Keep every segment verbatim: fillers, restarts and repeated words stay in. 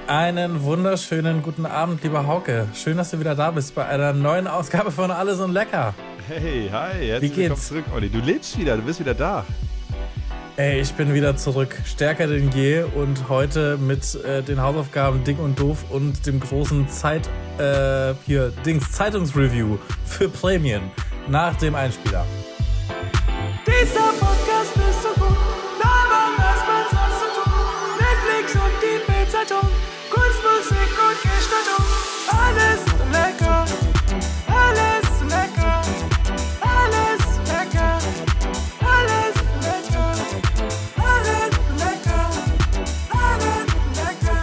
Einen wunderschönen guten Abend, lieber Hauke. Schön, dass du wieder da bist bei einer neuen Ausgabe von Alles und Lecker. Hey, hi, herzlich willkommen zurück, Olli. Du lebst wieder, du bist wieder da. Ey, ich bin wieder zurück, stärker denn je und heute mit äh, den Hausaufgaben Dick und Doof und dem großen Zeit, äh, hier, Dings, Zeitungsreview für Prämien nach dem Einspieler. Dieser Podcast ist so gut, da was man sonst zu tun. Netflix und die Bildzeitung, Kunst, Musik und Gestaltung. Alles lecker, alles lecker, alles lecker, alles lecker, alles lecker, alles lecker,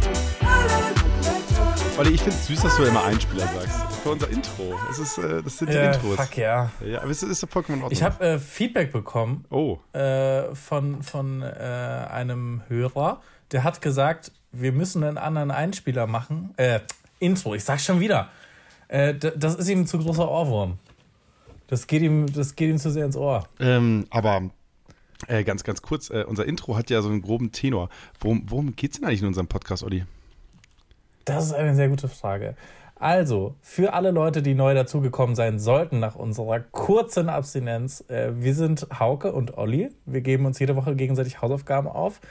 alles lecker. Olli, ich find's süß, dass du immer Einspieler sagst. Für unser Intro. Das, ist, äh, das sind die Ja, Intros. fuck ja. Ja, aber es ist doch vollkommen in Ordnung. Ich habe äh, Feedback bekommen oh. äh, von, von äh, einem Hörer, der hat gesagt, wir müssen einen anderen Einspieler machen. Äh, Intro, ich sag's schon wieder. Äh, d- das ist ihm zu großer Ohrwurm. Das geht ihm, das geht ihm zu sehr ins Ohr. Ähm, aber äh, ganz, ganz kurz, äh, unser Intro hat ja so einen groben Tenor. Worum, worum geht's denn eigentlich in unserem Podcast, Olli? Das ist eine sehr gute Frage. Also, für alle Leute, die neu dazugekommen sein sollten nach unserer kurzen Abstinenz, äh, wir sind Hauke und Olli. Wir geben uns jede Woche gegenseitig Hausaufgaben auf.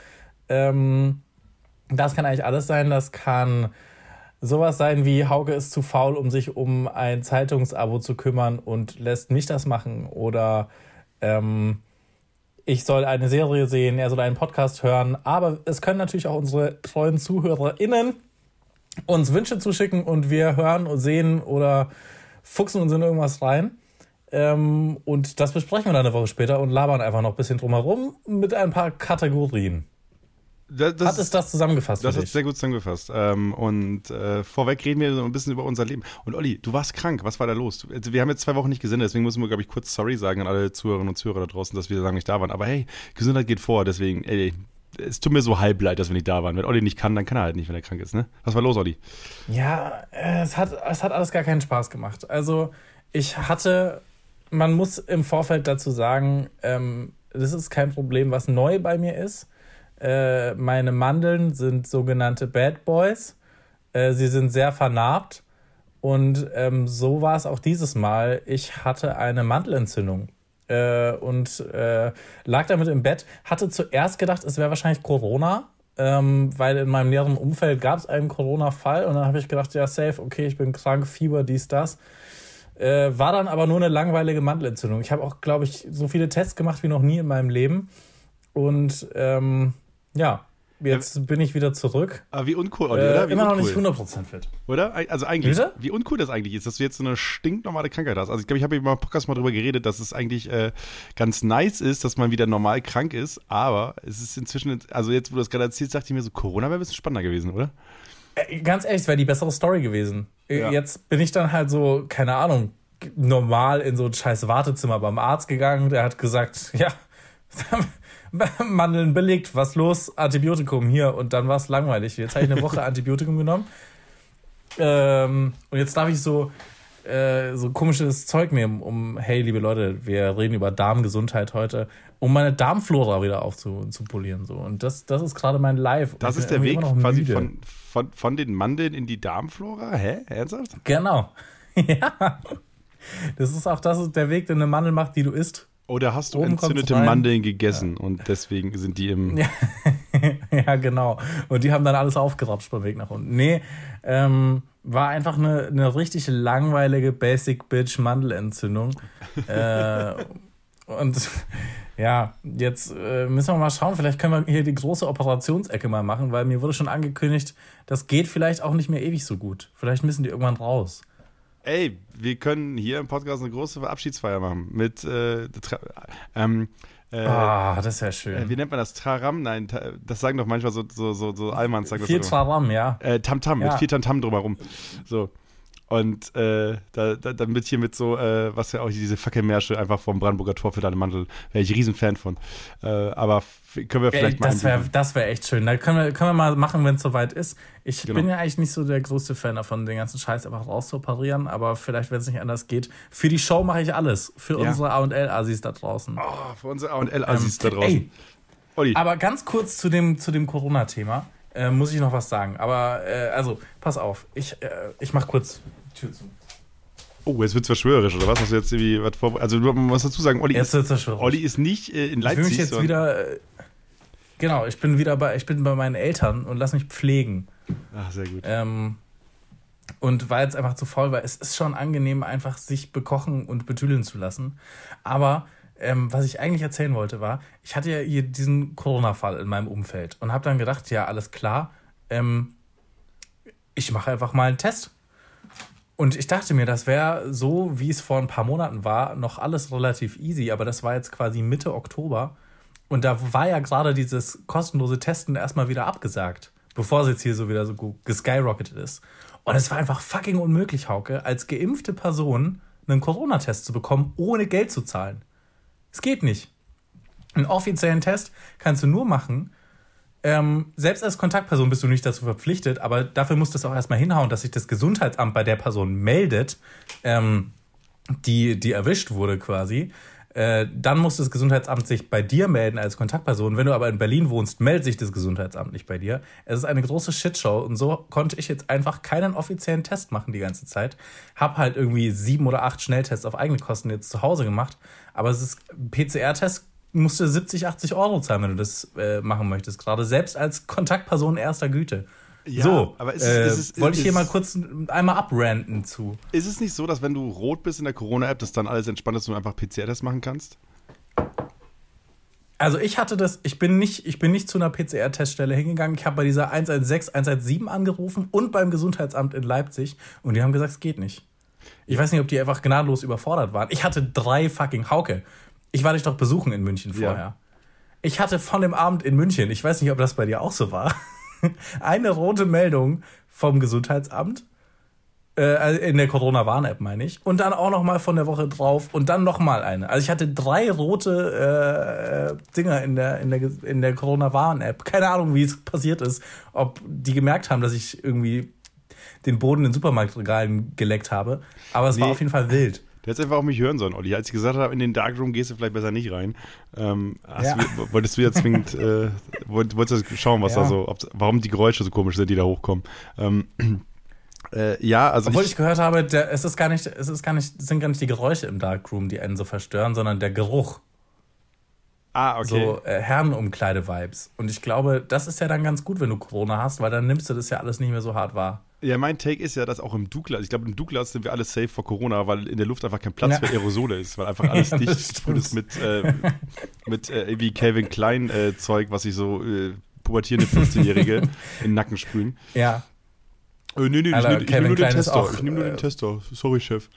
Ähm, das kann eigentlich alles sein. Das kann sowas sein wie Hauke ist zu faul, um sich um ein Zeitungsabo zu kümmern und lässt mich das machen. Oder ähm, ich soll eine Serie sehen, er soll einen Podcast hören. Aber es können natürlich auch unsere treuen ZuhörerInnen uns Wünsche zuschicken und wir hören und sehen oder fuchsen uns in irgendwas rein. Ähm, und das besprechen wir dann eine Woche später und labern einfach noch ein bisschen drumherum mit ein paar Kategorien. Das, das, Hat es das zusammengefasst? Das für hat dich? sehr gut zusammengefasst. Ähm, und äh, vorweg reden wir so ein bisschen über unser Leben. Und Olli, du warst krank. Was war da los? Also, wir haben jetzt zwei Wochen nicht gesendet, deswegen müssen wir, glaube ich, kurz sorry sagen an alle Zuhörerinnen und Zuhörer da draußen, dass wir so lange nicht da waren. Aber hey, Gesundheit geht vor, deswegen, ey, es tut mir so halb leid, dass wir nicht da waren. Wenn Olli nicht kann, dann kann er halt nicht, wenn er krank ist, ne? Was war los, Olli? Ja, äh, es hat, es hat alles gar keinen Spaß gemacht. Also ich hatte, man muss im Vorfeld dazu sagen, ähm, das ist kein Problem, was neu bei mir ist. Äh, meine Mandeln sind sogenannte Bad Boys. Äh, sie sind sehr vernarbt. Und ähm, so war es auch dieses Mal. Ich hatte eine Mandelentzündung. Äh, und äh, lag damit im Bett. Hatte zuerst gedacht, es wäre wahrscheinlich Corona. Ähm, weil in meinem näheren Umfeld gab es einen Corona-Fall. Und dann habe ich gedacht, ja, safe, okay, ich bin krank, Fieber, dies, das. Äh, war dann aber nur eine langweilige Mandelentzündung. Ich habe auch, glaube ich, so viele Tests gemacht wie noch nie in meinem Leben. Und ähm, ja, jetzt ja, bin ich wieder zurück. Aber wie uncool, Olli, äh, oder? Wie immer uncool. noch nicht hundert Prozent fit. Oder? Also eigentlich, Bitte? wie uncool das eigentlich ist, dass du jetzt so eine stinknormale Krankheit hast. Also ich glaube, ich habe ja im Podcast mal drüber geredet, dass es eigentlich äh, ganz nice ist, dass man wieder normal krank ist, aber es ist inzwischen, also jetzt, wo du das gerade erzählst, dachte ich mir so, Corona wäre ein bisschen spannender gewesen, oder? Äh, ganz ehrlich, es wäre die bessere Story gewesen. Ja. Jetzt bin ich dann halt so, keine Ahnung, normal in so ein scheiß Wartezimmer beim Arzt gegangen, der hat gesagt, ja, Mandeln belegt, was los? Antibiotikum hier. Und dann war es langweilig. Jetzt habe ich eine Woche Antibiotikum genommen. Ähm, und jetzt darf ich so, äh, so komisches Zeug nehmen, um, hey, liebe Leute, wir reden über Darmgesundheit heute, um meine Darmflora wieder aufzupolieren. So. Und das, das ist gerade mein Live. Das ist der Weg quasi von, von, von den Mandeln in die Darmflora? Hä? Ernsthaft? Genau. Ja. Das ist auch das ist der Weg, den eine Mandel macht, die du isst. Oder hast du Oben entzündete Mandeln gegessen ja. und deswegen sind die im... Ja. Ja, genau. Und die haben dann alles aufgerapscht beim Weg nach unten. Nee, ähm, war einfach eine, eine richtig langweilige Basic-Bitch-Mandelentzündung. äh, und ja, jetzt äh, müssen wir mal schauen, vielleicht können wir hier die große Operationsecke mal machen, weil mir wurde schon angekündigt, das geht vielleicht auch nicht mehr ewig so gut. Vielleicht müssen die irgendwann raus. Ey, wir können hier im Podcast eine große Abschiedsfeier machen mit äh, tra- ähm, äh, Ah, das ist ja schön. Äh, wie nennt man das? Traram? Nein, ta- das sagen doch manchmal so, so, so, so Allmanns. Sagen Viel das Traram, ja. Äh, Tamtam, ja. mit viel Tamtam drumherum. So. Und äh, da, da, dann wird hier mit so, äh, was ja auch diese Fackelmärsche einfach vom Brandenburger Tor für deine Mantel, wäre ich riesen Fan von. Äh, aber f- können wir vielleicht Ey, mal... Das wäre das wär echt schön. Da können wir, können wir mal machen, wenn es soweit ist. Ich Genau. bin ja eigentlich nicht so der größte Fan davon, den ganzen Scheiß einfach rauszuoperieren, aber vielleicht, wenn es nicht anders geht. Für die Show mache ich alles. Für Ja. unsere A und L-Assis da draußen. Oh, für unsere A und L-Assis Ähm, da draußen. Ey, Olli. aber ganz kurz zu dem, zu dem Corona-Thema. äh, muss ich noch was sagen. Aber, äh, also, pass auf. Ich, äh, ich mach kurz die Tür zu. Oh, jetzt wird's verschwörerisch, oder was? Hast du jetzt irgendwie was vor... Also, du musst dazu sagen, Olli, jetzt ist, wird's Olli ist nicht äh, in Leipzig. Ich will mich jetzt sondern wieder... Äh, genau, ich bin wieder bei, ich bin bei meinen Eltern und lass mich pflegen. Ach, sehr gut. Ähm, und war jetzt einfach zu faul, weil es ist schon angenehm, einfach sich bekochen und betüdeln zu lassen. Aber ähm, was ich eigentlich erzählen wollte, war, ich hatte ja hier diesen Corona-Fall in meinem Umfeld und habe dann gedacht, ja, alles klar, ähm, ich mache einfach mal einen Test. Und ich dachte mir, das wäre so, wie es vor ein paar Monaten war, noch alles relativ easy, aber das war jetzt quasi Mitte Oktober und da war ja gerade dieses kostenlose Testen erstmal wieder abgesagt, bevor es jetzt hier so wieder so geskyrocketet ist. Und es war einfach fucking unmöglich, Hauke, als geimpfte Person einen Corona-Test zu bekommen, ohne Geld zu zahlen. Es geht nicht. Einen offiziellen Test kannst du nur machen, ähm, selbst als Kontaktperson bist du nicht dazu verpflichtet, aber dafür musst du es auch erstmal hinhauen, dass sich das Gesundheitsamt bei der Person meldet, ähm, die, die erwischt wurde quasi. Äh, dann muss das Gesundheitsamt sich bei dir melden als Kontaktperson. Wenn du aber in Berlin wohnst, meldet sich das Gesundheitsamt nicht bei dir. Es ist eine große Shitshow und so konnte ich jetzt einfach keinen offiziellen Test machen die ganze Zeit. Hab halt irgendwie sieben oder acht Schnelltests auf eigene Kosten jetzt zu Hause gemacht, aber es ist P C R-Test musst du siebzig, achtzig Euro zahlen, wenn du das äh, machen möchtest. Gerade selbst als Kontaktperson erster Güte. Ja, so, aber ist, äh, ist, ist, wollte ich hier ist, mal kurz einmal abranten zu. Ist es nicht so, dass wenn du rot bist in der Corona-App, dass dann alles entspannt ist und du einfach P C R-Test machen kannst? Also ich hatte das, ich bin nicht, ich bin nicht zu einer P C R-Teststelle hingegangen. Ich habe bei dieser eins eins sechs, eins eins sieben angerufen und beim Gesundheitsamt in Leipzig und die haben gesagt, es geht nicht. Ich weiß nicht, ob die einfach gnadenlos überfordert waren. Ich hatte drei fucking Hauke. Ich war dich doch besuchen in München vorher. Ja. Ich hatte von dem Abend in München, ich weiß nicht, ob das bei dir auch so war, eine rote Meldung vom Gesundheitsamt, äh, in der Corona-Warn-App meine ich, und dann auch noch mal von der Woche drauf und dann noch mal eine. Also ich hatte drei rote äh, Dinger in der, in der, in der Corona-Warn-App. Keine Ahnung, wie es passiert ist, ob die gemerkt haben, dass ich irgendwie den Boden in Supermarktregalen geleckt habe, aber es nee. war auf jeden Fall wild. Du hättest einfach auf mich hören sollen, Olli. Als ich gesagt habe, in den Darkroom gehst du vielleicht besser nicht rein. Ähm, hast ja. du, wolltest du ja zwingend, äh, wolltest du schauen, was ja. da so, ob, warum die Geräusche so komisch sind, die da hochkommen. Ähm, äh, ja, also Obwohl ich, ich gehört habe, der, es ist gar nicht, es ist gar nicht, es sind gar nicht die Geräusche im Darkroom, die einen so verstören, sondern der Geruch. Ah, okay. So äh, Herrenumkleide-Vibes. Und ich glaube, das ist ja dann ganz gut, wenn du Corona hast, weil dann nimmst du das ja alles nicht mehr so hart wahr. Ja, mein Take ist ja, dass auch im Douglas, ich glaube, im Douglas sind wir alle safe vor Corona, weil in der Luft einfach kein Platz ja. für Aerosole ist, weil einfach alles ja, dicht ist mit, äh, mit äh, irgendwie Calvin Klein äh, Zeug, was sich so äh, pubertierende fünfzehnjährige in den Nacken sprühen. Ja. Äh, nee, nee, Alter, ich, ich nehme nur den Tester. Auch, ich nehme nur den äh, Tester. Sorry, Chef.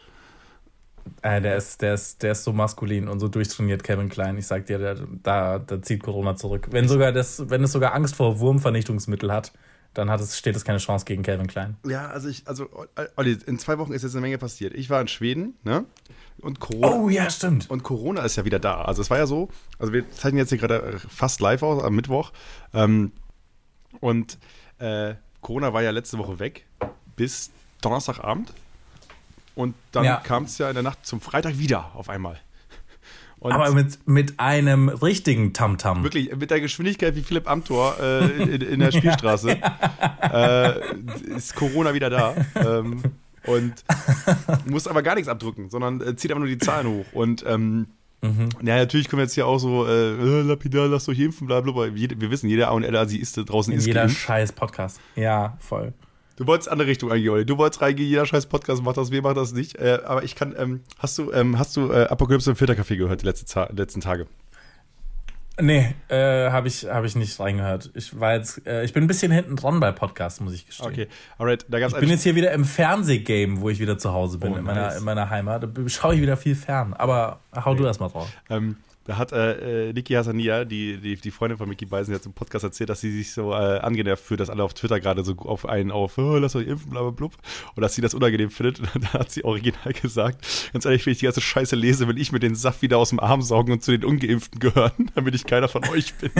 Äh, der, ist, der, ist, der ist so maskulin und so durchtrainiert, Calvin Klein. Ich sag dir, der, da, da zieht Corona zurück. Wenn, sogar das, wenn es sogar Angst vor Wurmvernichtungsmittel hat, dann hat es, steht es keine Chance gegen Calvin Klein. Ja, also ich, also, Olli, in zwei Wochen ist jetzt eine Menge passiert. Ich war in Schweden, ne? Und Corona. Oh ja, stimmt. Und Corona ist ja wieder da. Also es war ja so, also wir zeichnen jetzt hier gerade fast live aus am Mittwoch. Ähm, und äh, Corona war ja letzte Woche weg bis Donnerstagabend. Und dann ja. kam es ja in der Nacht zum Freitag wieder auf einmal. Und aber mit, mit einem richtigen Tamtam. Wirklich, mit der Geschwindigkeit wie Philipp Amthor äh, in, in der Spielstraße äh, ist Corona wieder da. Ähm, und muss aber gar nichts abdrücken, sondern äh, zieht einfach nur die Zahlen hoch. Und ähm, mhm. ja, natürlich können wir jetzt hier auch so äh, lapidar, lass euch impfen, bla bla bla. Wir wissen, jeder A und L A-Sie ist draußen in ist jeder scheiß Podcast. Ja, voll. Du wolltest andere Richtung eingehen, Olli. Du wolltest reingehen, jeder scheiß Podcast macht das, wir machen das nicht. Äh, aber ich kann, ähm, hast du, ähm, hast du äh, Apokalypse im Filtercafé gehört die letzte Za- letzten Tage? Nee, äh, habe ich, hab ich nicht reingehört. Ich war jetzt, äh, ich bin ein bisschen hinten dran bei Podcasts, muss ich gestehen. Okay, alright. Da gab's ich bin jetzt hier wieder im Fernsehgame, wo ich wieder zu Hause bin, oh, in, meiner, nice. in meiner Heimat. Da schaue ich wieder viel fern. Aber hau okay. du erst mal drauf. Ähm, Da hat äh, Niki Hassania, die, die, die Freundin von Micky Beisen, jetzt im Podcast erzählt, dass sie sich so äh, angenervt fühlt, dass alle auf Twitter gerade so auf einen auf, oh, lass euch impfen, blablabla, und dass sie das unangenehm findet. Und dann hat sie original gesagt, ganz ehrlich, wenn ich die ganze Scheiße lese, will ich mir den Saft wieder aus dem Arm saugen und zu den Ungeimpften gehören, damit ich keiner von euch bin.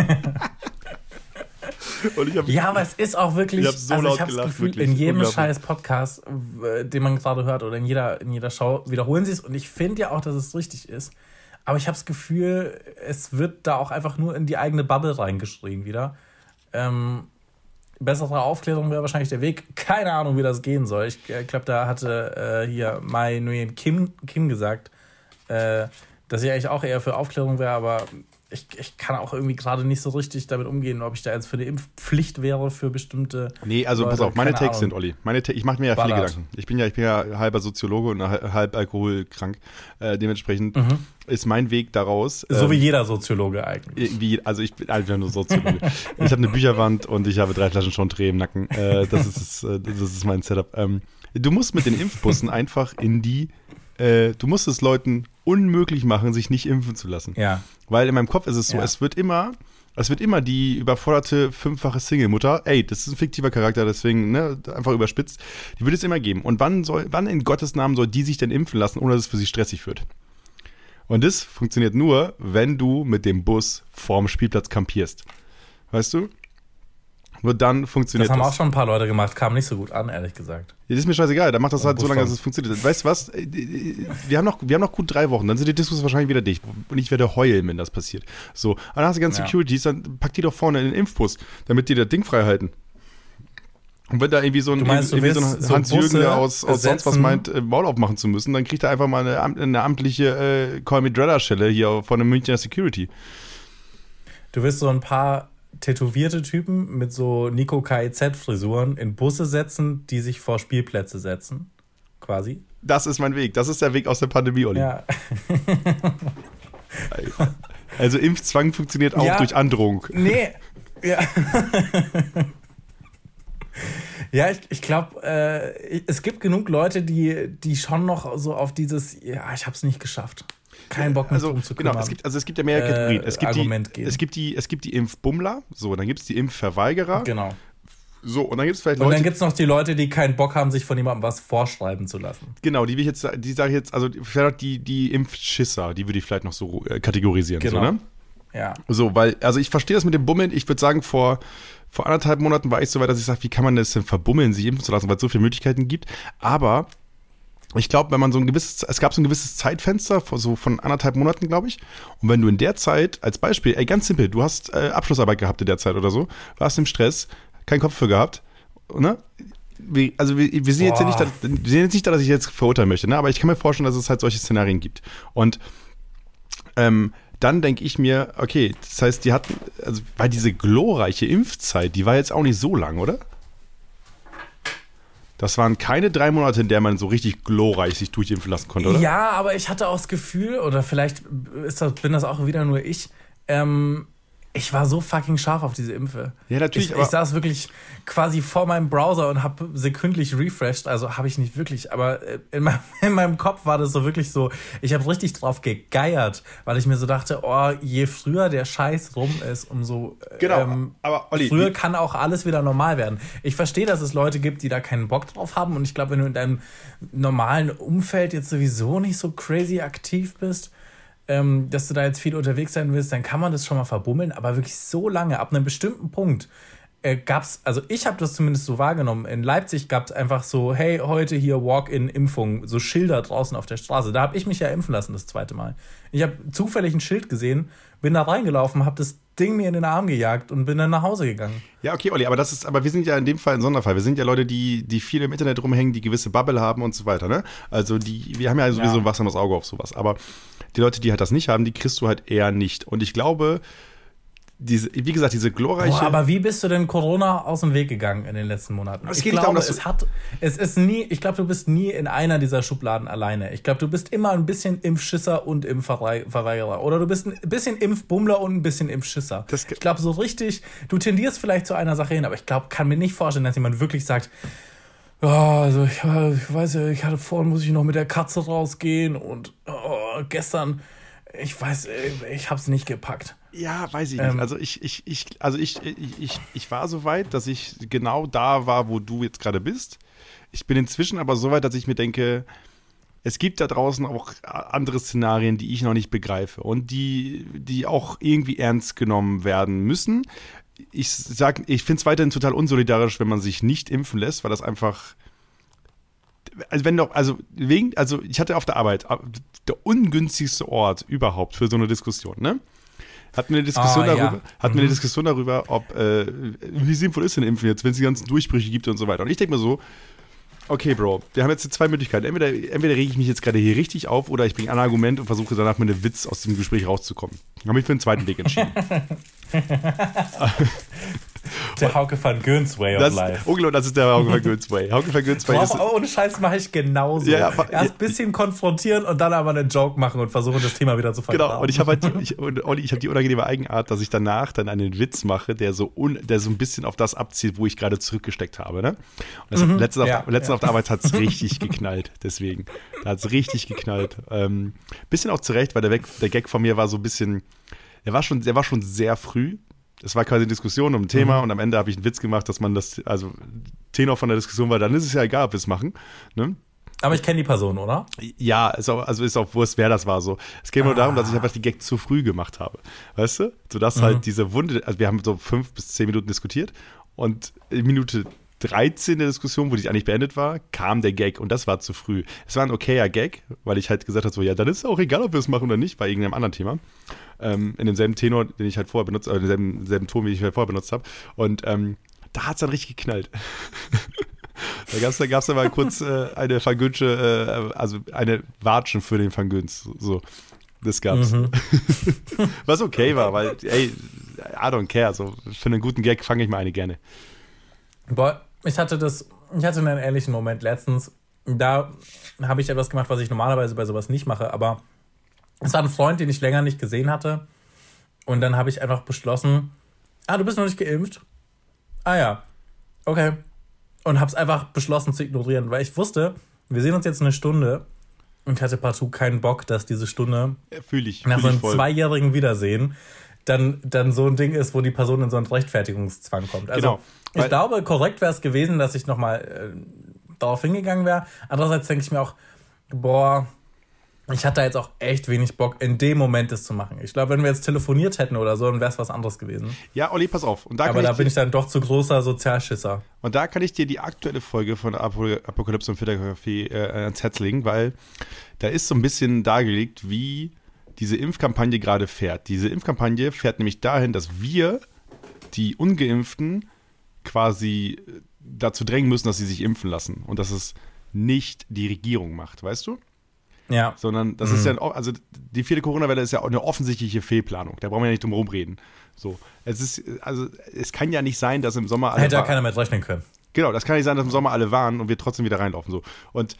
Und ich hab, ja, aber es ist auch wirklich, ich hab so also laut ich habe das gelacht, Gefühl, wirklich. in jedem scheiß Podcast, den man gerade hört oder in jeder, in jeder Show, wiederholen sie es. Und ich finde ja auch, dass es richtig ist. Aber ich habe das Gefühl, es wird da auch einfach nur in die eigene Bubble reingeschrien wieder. Ähm, bessere Aufklärung wäre wahrscheinlich der Weg. Keine Ahnung, wie das gehen soll. Ich äh, glaube, da hatte äh, hier Mai Nguyen Kim, Kim gesagt, äh, dass ich eigentlich auch eher für Aufklärung wäre, aber ich, ich kann auch irgendwie gerade nicht so richtig damit umgehen, ob ich da jetzt für eine Impfpflicht wäre für bestimmte. Nee, also Leute. pass auf, meine Keine Takes Ahnung. sind, Olli. Meine Ta- ich mache mir ja Ballert. viele Gedanken. Ich bin ja, ich bin ja halber Soziologe und halb alkoholkrank. Äh, dementsprechend Mhm. ist mein Weg daraus. So ähm, wie jeder Soziologe eigentlich. Wie, also ich bin einfach nur Soziologe. Ich habe eine Bücherwand und ich habe drei Flaschen Chantre im Nacken. Äh, das, ist, das, äh, das ist mein Setup. Ähm, du musst mit den Impfbussen einfach in die, äh, du musst es Leuten unmöglich machen, sich nicht impfen zu lassen. Ja. Weil in meinem Kopf ist es so, Ja. es wird immer, es wird immer die überforderte fünffache Single-Mutter, ey, das ist ein fiktiver Charakter, deswegen, ne, einfach überspitzt, die wird es immer geben. Und wann soll, wann in Gottes Namen soll die sich denn impfen lassen, ohne dass es für sie stressig wird? Und das funktioniert nur, wenn du mit dem Bus vorm Spielplatz kampierst. Weißt du? Nur dann funktioniert Das das. haben auch schon ein paar Leute gemacht, kam nicht so gut an, ehrlich gesagt. Ja, das ist mir scheißegal, dann macht das Ja, halt so lange, dass Busfahren. es funktioniert. Weißt du was? Wir haben noch, wir haben noch gut drei Wochen, dann sind die Diskus wahrscheinlich wieder dicht. Und ich werde heulen, wenn das passiert. So, dann hast du die ganzen Ja. Securities, dann pack die doch vorne in den Impfbus, damit die das Ding frei halten. Und wenn da irgendwie so ein, Du meinst, du irgendwie so willst ein so Hans-Jürgen, Busse der aus, aus sonst was besetzen? meint, äh, Maul aufmachen zu müssen, dann kriegt er einfach mal eine, am- eine amtliche äh, Call-Me-Dreller-Stelle hier von der Münchner Security. Du willst so ein paar tätowierte Typen mit so Nico K I Z-Frisuren in Busse setzen, die sich vor Spielplätze setzen, quasi. Das ist mein Weg. Das ist der Weg aus der Pandemie, Olli. Ja. Also Impfzwang funktioniert auch Ja. durch Androhung. Nee. Ja. Ja, ich, ich glaube, äh, es gibt genug Leute, die, die schon noch so auf dieses, ja, ich hab's nicht geschafft. Kein Bock, mich Also, drum zu genau, kümmern. es gibt, also es gibt ja mehrere Äh, Kategorien. Es gibt, die, Argument gehen. es, gibt die, es gibt die Impfbummler, so, dann gibt es die Impfverweigerer. Genau. So, und dann gibt es vielleicht Und Leute, dann gibt's noch die Leute, die keinen Bock haben, sich von jemandem was vorschreiben zu lassen. genau, die will ich jetzt, die sage ich jetzt, also vielleicht die, die Impfschisser, die würde ich vielleicht noch so äh, kategorisieren. Genau. So, ne? Ja. So, weil, also ich verstehe das mit dem Bummeln. Ich würde sagen, vor, vor anderthalb Monaten war ich so weit, dass ich sage, wie kann man das denn verbummeln, sich impfen zu lassen, weil es so viele Möglichkeiten gibt. Aber ich glaube, wenn man so ein gewisses, es gab so ein gewisses Zeitfenster, vor so von anderthalb Monaten, glaube ich. Und wenn du in der Zeit, als Beispiel, ey, ganz simpel, du hast äh, Abschlussarbeit gehabt in der Zeit oder so, warst im Stress, keinen Kopf für gehabt, ne? Wir, also wir, wir sehen jetzt ja nicht, Boah. da, wir sehen jetzt nicht da, dass ich jetzt verurteilen möchte, ne? Aber ich kann mir vorstellen, dass es halt solche Szenarien gibt. Und ähm, dann denke ich mir, okay, das heißt, die hatten, also weil diese glorreiche Impfzeit, die war jetzt auch nicht so lang, oder? Das waren keine drei Monate, in der man so richtig glorreich sich durchimpfen lassen konnte, oder? Ja, aber ich hatte auch das Gefühl, oder vielleicht ist das, bin das auch wieder nur ich, ähm, ich war so fucking scharf auf diese Impfe. Ja, natürlich, Ich, aber- ich saß wirklich quasi vor meinem Browser und habe sekündlich refreshed. Also habe ich nicht wirklich, aber in meinem, in meinem Kopf war das so wirklich so, ich habe richtig drauf gegeiert, weil ich mir so dachte, oh, je früher der Scheiß rum ist, umso Genau, ähm, aber Olli, früher wie- kann auch alles wieder normal werden. Ich verstehe, dass es Leute gibt, die da keinen Bock drauf haben. Und ich glaube, wenn du in deinem normalen Umfeld jetzt sowieso nicht so crazy aktiv bist, ähm, dass du da jetzt viel unterwegs sein willst, dann kann man das schon mal verbummeln. Aber wirklich so lange, ab einem bestimmten Punkt, äh, gab's, also ich habe das zumindest so wahrgenommen. In Leipzig gab es einfach so, hey, heute hier Walk-in-Impfung, so Schilder draußen auf der Straße. Da habe ich mich ja impfen lassen das zweite Mal. Ich habe zufällig ein Schild gesehen, bin da reingelaufen, habe das Ding mir in den Arm gejagt und bin dann nach Hause gegangen. Ja, okay, Olli, aber das ist, aber wir sind ja in dem Fall ein Sonderfall. Wir sind ja Leute, die, die viel im Internet rumhängen, die gewisse Bubble haben und so weiter, ne? Also die, wir haben ja sowieso Ja. ein wachsames Auge auf sowas. Aber die Leute, die halt das nicht haben, die kriegst du halt eher nicht. Und ich glaube, diese, wie gesagt, diese glorreiche. Boah, aber wie bist du denn Corona aus dem Weg gegangen in den letzten Monaten? Es ich geht nicht glaube, darum, dass du- es hat, es ist nie, ich glaube, du bist nie in einer dieser Schubladen alleine. Ich glaube, du bist immer ein bisschen Impfschisser und Impfverweigerer. Oder du bist ein bisschen Impfbummler und ein bisschen Impfschisser. Das- Ich glaube, so richtig, du tendierst vielleicht zu einer Sache hin, aber ich glaube, kann mir nicht vorstellen, dass jemand wirklich sagt, ja, also ich, ich weiß ja, ich hatte vorhin, muss ich noch mit der Katze rausgehen und oh, gestern, ich weiß, ich hab's nicht gepackt. Ja, weiß ich nicht. Ähm, Also ich, ich, ich, also ich, ich, ich, ich war so weit, dass ich genau da war, wo du jetzt gerade bist. Ich bin inzwischen aber so weit, dass ich mir denke, es gibt da draußen auch andere Szenarien, die ich noch nicht begreife und die, die auch irgendwie ernst genommen werden müssen. Ich sag, ich finde es weiterhin total unsolidarisch, wenn man sich nicht impfen lässt, weil das einfach, also wenn doch, also wegen, also ich hatte auf der Arbeit der ungünstigste Ort überhaupt für so eine Diskussion, ne? hatten wir eine Diskussion Ah, darüber, ja. hatten Mhm. wir eine Diskussion darüber, ob äh, wie sinnvoll ist denn Impfen jetzt, wenn es die ganzen Durchbrüche gibt und so weiter. Und ich denke mir so, okay, Bro, wir haben jetzt zwei Möglichkeiten. Entweder, entweder rege ich mich jetzt gerade hier richtig auf oder ich bringe ein Argument und versuche danach mit einem Witz aus dem Gespräch rauszukommen. Ich habe mich für den zweiten Weg entschieden. Der Hauke van Göns Way of Das, Life. oh, genau, das ist der Hauke van Göns Way. Hauke van Göns Way Boah, ist... aber ohne Scheiß mache ich genauso. Ja, aber- Erst ein bisschen konfrontieren und dann aber einen Joke machen und versuchen, das Thema wieder zu vergraben. Genau, und ich habe halt die, ich, und Olli, ich habe die unangenehme Eigenart, dass ich danach dann einen Witz mache, der so, un, der so ein bisschen auf das abzielt, wo ich gerade zurückgesteckt habe. Ne? Und das hat, letztens, ja, auf, letztens ja. auf der Arbeit hat es richtig geknallt, deswegen. Da hat es richtig geknallt. Ähm, bisschen auch zurecht, weil der, Weg, der Gag von mir war so ein bisschen, der war schon, der war schon sehr früh. Es war quasi eine Diskussion um ein Thema Mhm. und am Ende habe ich einen Witz gemacht, dass man das, also Tenor von der Diskussion war, dann ist es ja egal, ob wir es machen. Ne? Aber ich kenne die Person, oder? Ja, ist auch, also ist auch wurscht, wer das war so. Es geht nur Ah. darum, dass ich einfach die Gag zu früh gemacht habe. Weißt du? Sodass Mhm. halt diese Wunde, also wir haben so fünf bis zehn Minuten diskutiert und in Minute dreizehn der Diskussion, wo die eigentlich beendet war, kam der Gag und das war zu früh. Es war ein okayer Gag, weil ich halt gesagt habe, so, ja, dann ist es auch egal, ob wir es machen oder nicht, bei irgendeinem anderen Thema. Ähm, in demselben Tenor, den ich halt vorher benutzt, äh, in demselben, selben Ton, wie ich halt vorher benutzt habe. Und ähm, da hat es dann richtig geknallt. Da gab es da gab's dann mal kurz äh, eine Van Gönsche, äh, also eine Watschen für den Van Göns. So, das gab's. Mhm. Was okay war, weil, ey, I don't care. So, für einen guten Gag fange ich mal eine gerne. Boah, ich hatte das, ich hatte einen ähnlichen Moment letztens. Da habe ich etwas gemacht, was ich normalerweise bei sowas nicht mache, aber es war ein Freund, den ich länger nicht gesehen hatte. Und dann habe ich einfach beschlossen, ah, du bist noch nicht geimpft? Ah ja, okay. Und habe es einfach beschlossen zu ignorieren, weil ich wusste, wir sehen uns jetzt eine Stunde und ich hatte partout keinen Bock, dass diese Stunde Fühle ich. nach Fühl so ich einem voll. zweijährigen Wiedersehen dann, dann so ein Ding ist, wo die Person in so einen Rechtfertigungszwang kommt. Also Genau, weil- ich glaube, korrekt wäre es gewesen, dass ich nochmal äh, darauf hingegangen wäre. Andererseits denke ich mir auch, boah, ich hatte da jetzt auch echt wenig Bock, in dem Moment das zu machen. Ich glaube, wenn wir jetzt telefoniert hätten oder so, dann wäre es was anderes gewesen. Ja, Olli, pass auf. Und da, Aber kann da ich bin dir, ich dann doch zu großer Sozialschisser. und da kann ich dir die aktuelle Folge von Apo- Apokalypse und Filterkaffee äh, ans Herz legen, weil da ist so ein bisschen dargelegt, wie diese Impfkampagne gerade fährt. Diese Impfkampagne fährt nämlich dahin, dass wir, die Ungeimpften, quasi dazu drängen müssen, dass sie sich impfen lassen. Und dass es nicht die Regierung macht, weißt du? Ja. Sondern das Mhm. ist ja, ein, also die vierte Corona-Welle ist ja auch eine offensichtliche Fehlplanung. Da brauchen wir ja nicht drum rumreden. So, es ist, also es kann ja nicht sein, dass im Sommer alle Hätte ja wa- keiner mit rechnen können. Genau, das kann nicht sein, dass im Sommer alle waren und wir trotzdem wieder reinlaufen. So. Und,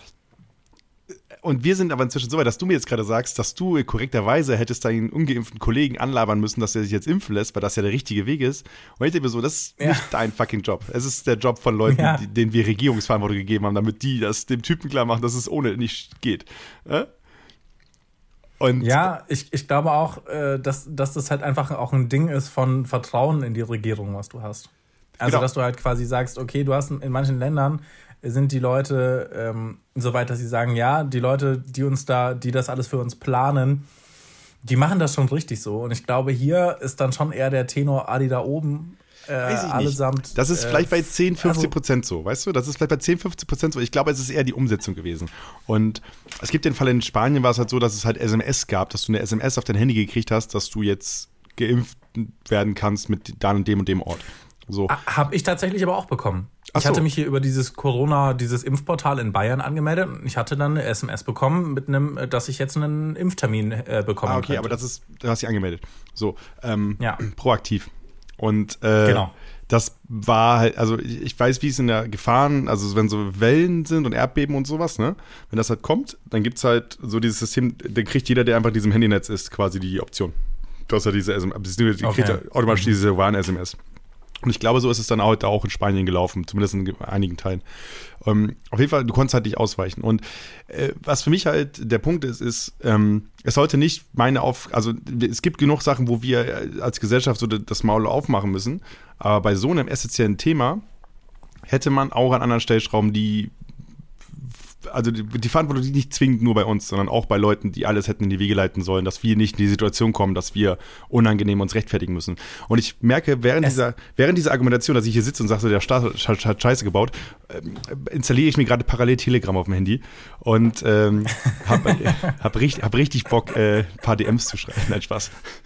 und wir sind aber inzwischen so weit, dass du mir jetzt gerade sagst, dass du korrekterweise hättest deinen ungeimpften Kollegen anlabern müssen, dass er sich jetzt impfen lässt, weil das ja der richtige Weg ist. Und ich denke mir so, das ist Ja. nicht dein fucking Job. Es ist der Job von Leuten, Ja. die, denen wir Regierungsverantwortung gegeben haben, damit die das dem Typen klar machen, dass es ohne nicht geht. Äh? Und Ja, ich, ich glaube auch, äh, dass, dass das halt einfach auch ein Ding ist von Vertrauen in die Regierung, was du hast. Also, Genau. dass du halt quasi sagst, okay, du hast in manchen Ländern sind die Leute ähm, so weit, dass sie sagen, ja, die Leute, die uns da, die das alles für uns planen, die machen das schon richtig so. Und ich glaube, hier ist dann schon eher der Tenor Ali da oben äh, Weiß ich nicht. allesamt. Das ist äh, vielleicht bei zehn, fünfzehn also- Prozent so, weißt du? Das ist vielleicht bei zehn, fünfzehn Prozent so. Ich glaube, es ist eher die Umsetzung gewesen. Und es gibt den Fall in Spanien, war es halt so, dass es halt S M S gab, dass du eine S M S auf dein Handy gekriegt hast, dass du jetzt geimpft werden kannst mit da und dem und dem Ort. So. Habe ich tatsächlich aber auch bekommen. Ach Ich so. hatte mich hier über dieses Corona, dieses Impfportal in Bayern angemeldet und ich hatte dann eine S M S bekommen mit einem, dass ich jetzt einen Impftermin äh, bekommen Ah, okay, könnte. aber das ist, du hast dich angemeldet. So, ähm, Ja. proaktiv. Und äh, Genau. das war halt, also ich, ich weiß, wie es in der Gefahren, also wenn so Wellen sind und Erdbeben und sowas, ne? Wenn das halt kommt, dann gibt es halt so dieses System, dann kriegt jeder, der einfach in diesem Handynetz ist, quasi die Option. Du hast ja diese S M S, die kriegt Okay. ja automatisch diese Warn-S M S. Und ich glaube, so ist es dann heute auch in Spanien gelaufen, zumindest in einigen Teilen. Ähm, auf jeden Fall, du konntest halt nicht ausweichen. Und äh, was für mich halt der Punkt ist, ist, ähm, es sollte nicht meine Auf... Also es gibt genug Sachen, wo wir als Gesellschaft so das Maul aufmachen müssen. Aber bei so einem essentiellen Thema hätte man auch an anderen Stellschrauben die also die, die Verantwortung liegt nicht zwingend nur bei uns, sondern auch bei Leuten, die alles hätten in die Wege leiten sollen, dass wir nicht in die Situation kommen, dass wir unangenehm uns rechtfertigen müssen. Und ich merke, während dieser, während dieser Argumentation, dass ich hier sitze und sage, der Staat hat, hat Scheiße gebaut, ähm, installiere ich mir gerade parallel Telegram auf dem Handy und ähm, habe hab richtig, hab richtig Bock, äh, ein paar D Ms zu schreiben. Nein, Spaß.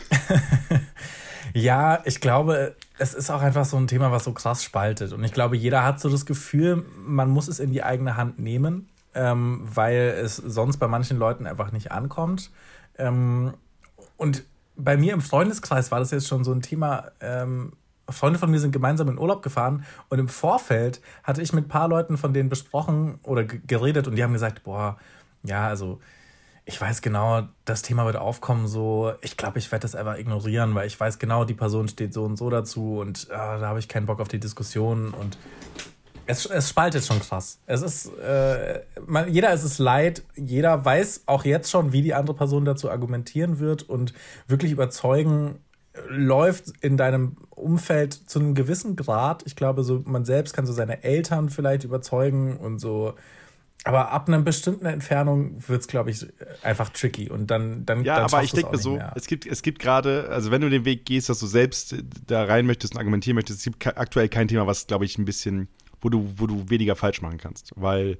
Ja, ich glaube, es ist auch einfach so ein Thema, was so krass spaltet. Und ich glaube, jeder hat so das Gefühl, man muss es in die eigene Hand nehmen, ähm, weil es sonst bei manchen Leuten einfach nicht ankommt. Ähm, und bei mir im Freundeskreis war das jetzt schon so ein Thema. Ähm, Freunde von mir sind gemeinsam in Urlaub gefahren und im Vorfeld hatte ich mit ein paar Leuten von denen besprochen oder g- geredet und die haben gesagt, boah, ja, also ich weiß genau, das Thema wird aufkommen, so, ich glaube, ich werde das einfach ignorieren, weil ich weiß genau, die Person steht so und so dazu und äh, da habe ich keinen Bock auf die Diskussion und es, es spaltet schon krass. Es ist, äh, man, jeder ist es leid, jeder weiß auch jetzt schon, wie die andere Person dazu argumentieren wird und wirklich überzeugen läuft in deinem Umfeld zu einem gewissen Grad. Ich glaube, so man selbst kann so seine Eltern vielleicht überzeugen und so. Aber ab einer bestimmten Entfernung wird es, glaube ich, einfach tricky. Und dann, dann, ja, dann aber ich denke mir so, es gibt, es gibt gerade, also wenn du den Weg gehst, dass du selbst da rein möchtest und argumentieren möchtest, es gibt ke- aktuell kein Thema, was, glaube ich, ein bisschen, wo du, wo du weniger falsch machen kannst. Weil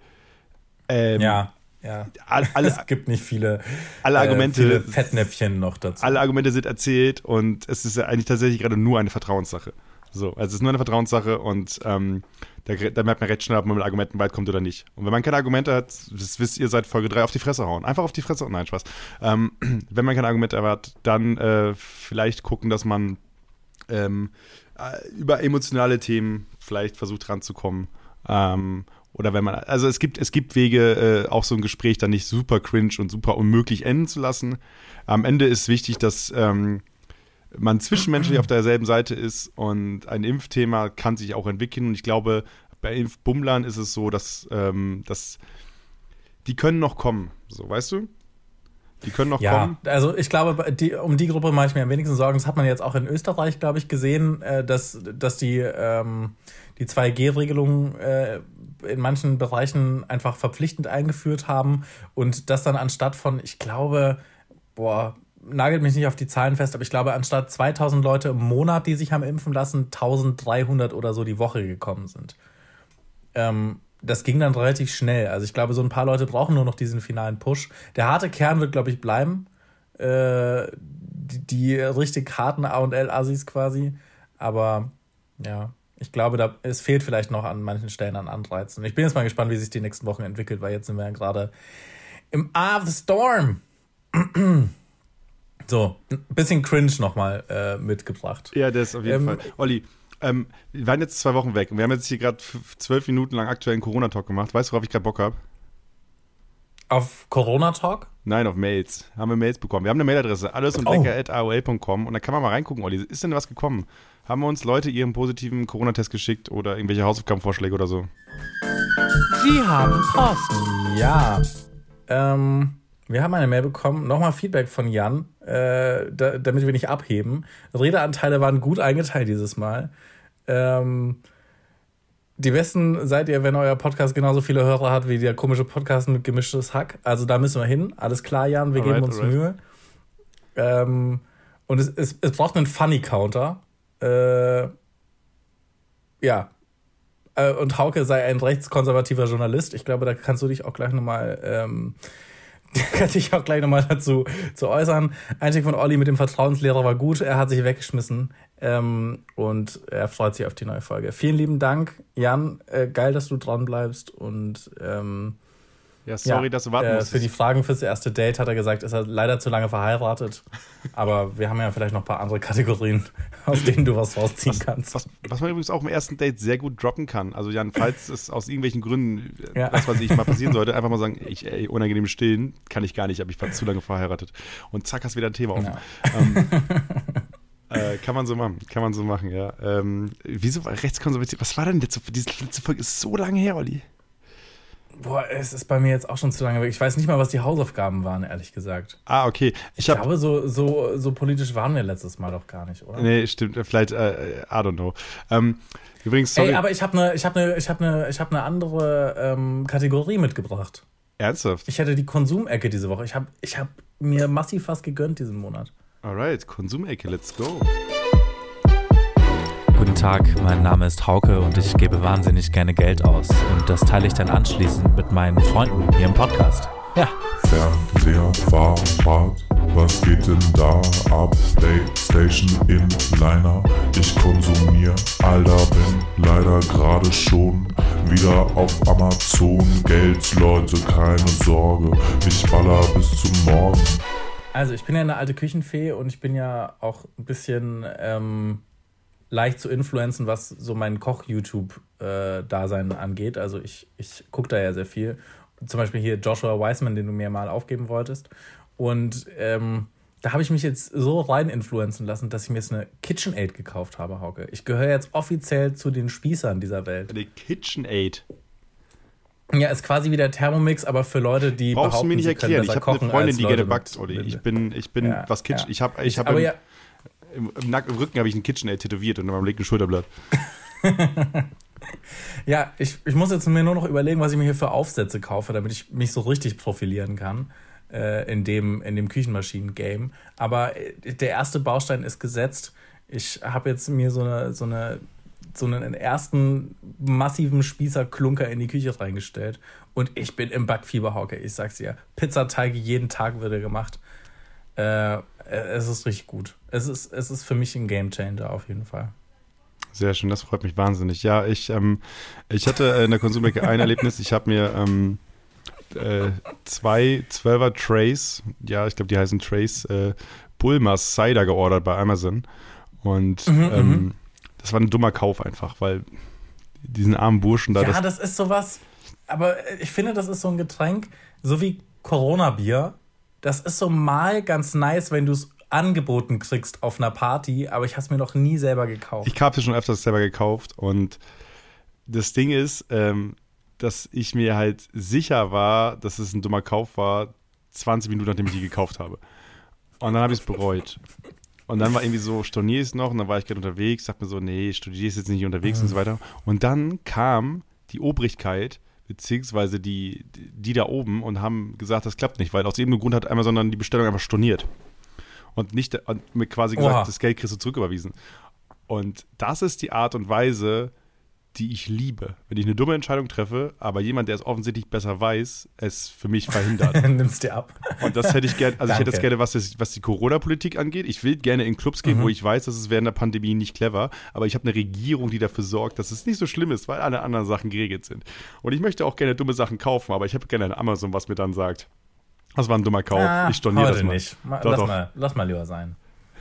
ähm, ja, ja. Alle, alle, es gibt nicht viele, alle Argumente, äh, viele Fettnäpfchen noch dazu. Alle Argumente sind erzählt und es ist ja eigentlich tatsächlich gerade nur eine Vertrauenssache. So, also es ist nur eine Vertrauenssache und ähm, da, da merkt man recht schnell, ob man mit Argumenten weit kommt oder nicht. Und wenn man keine Argumente hat, das wisst ihr seit Folge drei, auf die Fresse hauen. Einfach auf die Fresse, nein, Spaß. Ähm, wenn man keine Argumente hat, dann äh, vielleicht gucken, dass man ähm, äh, über emotionale Themen vielleicht versucht ranzukommen. Ähm, oder wenn man, also es gibt, es gibt Wege, äh, auch so ein Gespräch dann nicht super cringe und super unmöglich enden zu lassen. Am Ende ist wichtig, dass ähm, man zwischenmenschlich auf derselben Seite ist und ein Impfthema kann sich auch entwickeln. Und ich glaube, bei Impfbummlern ist es so, dass, ähm, dass die können noch kommen. So, weißt du? Die können noch ja, kommen. Ja, also ich glaube, die, um die Gruppe mache ich mir am wenigsten Sorgen. Das hat man jetzt auch in Österreich, glaube ich, gesehen, äh, dass, dass die, ähm, die zwei G Regelung äh, in manchen Bereichen einfach verpflichtend eingeführt haben und das dann anstatt von, ich glaube, boah, nagelt mich nicht auf die Zahlen fest, aber ich glaube, anstatt zweitausend Leute im Monat, die sich haben impfen lassen, eintausenddreihundert oder so die Woche gekommen sind. Ähm, das ging dann relativ schnell. Also ich glaube, so ein paar Leute brauchen nur noch diesen finalen Push. Der harte Kern wird, glaube ich, bleiben. Äh, die, die richtig harten A und L-Assis quasi. Aber ja, ich glaube, da, es fehlt vielleicht noch an manchen Stellen an Anreizen. Ich bin jetzt mal gespannt, wie sich die nächsten Wochen entwickelt, weil jetzt sind wir ja gerade im Eye of the Storm. So, ein bisschen cringe nochmal äh, mitgebracht. Ja, das auf jeden ähm, Fall. Olli, ähm, wir waren jetzt zwei Wochen weg und wir haben jetzt hier gerade zwölf Minuten lang aktuellen Corona-Talk gemacht. Weißt du, worauf ich gerade Bock habe? Auf Corona-Talk? Nein, auf Mails. Haben wir Mails bekommen. Wir haben eine Mailadresse, alles und lecker at a o l punkt com und da kann man mal reingucken, Olli. Ist denn was gekommen? Haben wir uns Leute ihren positiven Corona-Test geschickt oder irgendwelche Hausaufgabenvorschläge oder so? Sie haben Post. Ja. Ähm, wir haben eine Mail bekommen. Nochmal Feedback von Jan, äh, da, damit wir nicht abheben. Redeanteile waren gut eingeteilt dieses Mal. Ähm, die besten seid ihr, wenn euer Podcast genauso viele Hörer hat wie der komische Podcast mit gemischtes Hack. Also da müssen wir hin. Alles klar, Jan, wir alright, geben uns alright. Mühe. Ähm, und es, es, es braucht einen Funny-Counter. Äh, ja. Äh, und Hauke sei ein rechtskonservativer Journalist. Ich glaube, da kannst du dich auch gleich nochmal ähm, kann ich auch gleich nochmal dazu zu äußern. Einstieg von Olli mit dem Vertrauenslehrer war gut. Er hat sich weggeschmissen ähm, und er freut sich auf die neue Folge. Vielen lieben Dank, Jan. Äh, geil, dass du dran bleibst und ähm, ja, sorry, ja, dass du warten äh, musstest. Für die Fragen fürs erste Date hat er gesagt, ist er leider zu lange verheiratet. Aber wir haben ja vielleicht noch ein paar andere Kategorien, aus denen du was rausziehen was, kannst. Was, was man übrigens auch im ersten Date sehr gut droppen kann. Also Jan, falls es aus irgendwelchen Gründen, ja. was weiß ich, mal passieren sollte, einfach mal sagen, ich, ey, unangenehm stillen, kann ich gar nicht, aber ich war zu lange verheiratet. Und zack, hast wieder ein Thema offen. Ja. Ähm, äh, kann man so machen, kann man so machen, ja. Ähm, wieso rechtskonservativ? Was war denn jetzt so für diese letzte Folge? Ist so lange her, Olli. Boah, es ist bei mir jetzt auch schon zu lange weg. Ich weiß nicht mal, was die Hausaufgaben waren, ehrlich gesagt. Ah, okay. Ich, ich glaube, so, so, so politisch waren wir letztes Mal doch gar nicht, oder? Nee, stimmt. Vielleicht, äh, I don't know. Ähm, übrigens, sorry. Ey, aber ich habe eine ich hab ne, ich hab ne, ich hab ne andere ähm, Kategorie mitgebracht. Ernsthaft? Ich hätte die Konsumecke diese Woche. Ich habe ich hab mir massiv was gegönnt diesen Monat. Alright, Konsumecke, let's go. Guten Tag, mein Name ist Hauke und ich gebe wahnsinnig gerne Geld aus. Und das teile ich dann anschließend mit meinen Freunden hier im Podcast. Ja. Fernseher, Fahrrad, was geht denn da ab? Playstation, Inliner, ich konsumier, Alter, bin leider gerade schon wieder auf Amazon. Geld, Leute, keine Sorge, ich baller bis zum Morgen. Also ich bin ja eine alte Küchenfee und ich bin ja auch ein bisschen ähm, leicht zu influenzen, was so mein Koch-YouTube-Dasein angeht. Also ich, ich gucke da ja sehr viel. Zum Beispiel hier Joshua Weissman, den du mir mal aufgeben wolltest. Und ähm, da habe ich mich jetzt so rein influenzen lassen, dass ich mir jetzt eine KitchenAid gekauft habe, Hauke. Ich gehöre jetzt offiziell zu den Spießern dieser Welt. Eine KitchenAid? Ja, ist quasi wie der Thermomix, aber für Leute, die Brauchst behaupten, du mir nicht sie erklären. können Ich besser habe eine kochen Freundin, als die Leute gerne mit backt, Olli. Blinde. Ich bin, ich bin, Ja, was Kitchen, ja. ich habe, ich Ich- habe aber im, ja- im, im, Nacken, im Rücken habe ich einen KitchenAid tätowiert und am linken Schulterblatt. Ja, ich, ich muss jetzt mir nur noch überlegen, was ich mir hier für Aufsätze kaufe, damit ich mich so richtig profilieren kann äh, in dem, in dem Küchenmaschinen-Game. Aber äh, der erste Baustein ist gesetzt. Ich habe jetzt mir so eine, so eine so einen ersten massiven Spießer-Klunker in die Küche reingestellt und ich bin im Backfieber, Hauke. Ich sag's dir, Pizzateige jeden Tag wird gemacht. Äh, es ist richtig gut. Es ist, es ist für mich ein Gamechanger auf jeden Fall. Sehr schön, das freut mich wahnsinnig. Ja, ich, ähm, ich hatte in der Konsumecke ein Erlebnis. Ich habe mir ähm, äh, zwei zwölfer Trays, ja, ich glaube, die heißen Trays, äh, Bulmers Cider geordert bei Amazon. Und Mhm, ähm, das war ein dummer Kauf einfach, weil diesen armen Burschen da. Ja, das, das ist sowas, aber ich finde, das ist so ein Getränk, so wie Corona-Bier. Das ist so mal ganz nice, wenn du es angeboten kriegst auf einer Party, aber ich habe es mir noch nie selber gekauft. ich habe es schon öfters selber gekauft und das Ding ist, ähm, dass ich mir halt sicher war, dass es ein dummer Kauf war, zwanzig Minuten nachdem ich die gekauft habe. Und dann habe ich es bereut. Und dann war irgendwie so, storniere ich es noch und dann war ich gerade unterwegs, dachte mir so, nee, studiere ich jetzt nicht unterwegs mhm. und so weiter. Und dann kam die Obrigkeit, beziehungsweise die, die da oben und haben gesagt, das klappt nicht, weil aus irgendeinem Grund hat Amazon dann die Bestellung einfach storniert. Und nicht und mir quasi gesagt, Oha. das Geld kriegst du zurücküberwiesen. Und das ist die Art und Weise, die ich liebe. Wenn ich eine dumme Entscheidung treffe, aber jemand, der es offensichtlich besser weiß, es für mich verhindert. Nimm's dir ab. Und das hätte ich gerne, also ich hätte das Danke. gerne, was, das, was die Corona-Politik angeht. Ich will gerne in Clubs gehen, Mhm. wo ich weiß, dass es während der Pandemie nicht clever, aber ich habe eine Regierung, die dafür sorgt, dass es nicht so schlimm ist, weil alle anderen Sachen geregelt sind. Und ich möchte auch gerne dumme Sachen kaufen, aber ich habe gerne ein Amazon, was mir dann sagt, das war ein dummer Kauf, Ah, ich storniere heute das mal. nicht. Ma- Doch, lass, doch. Mal, lass mal lieber sein.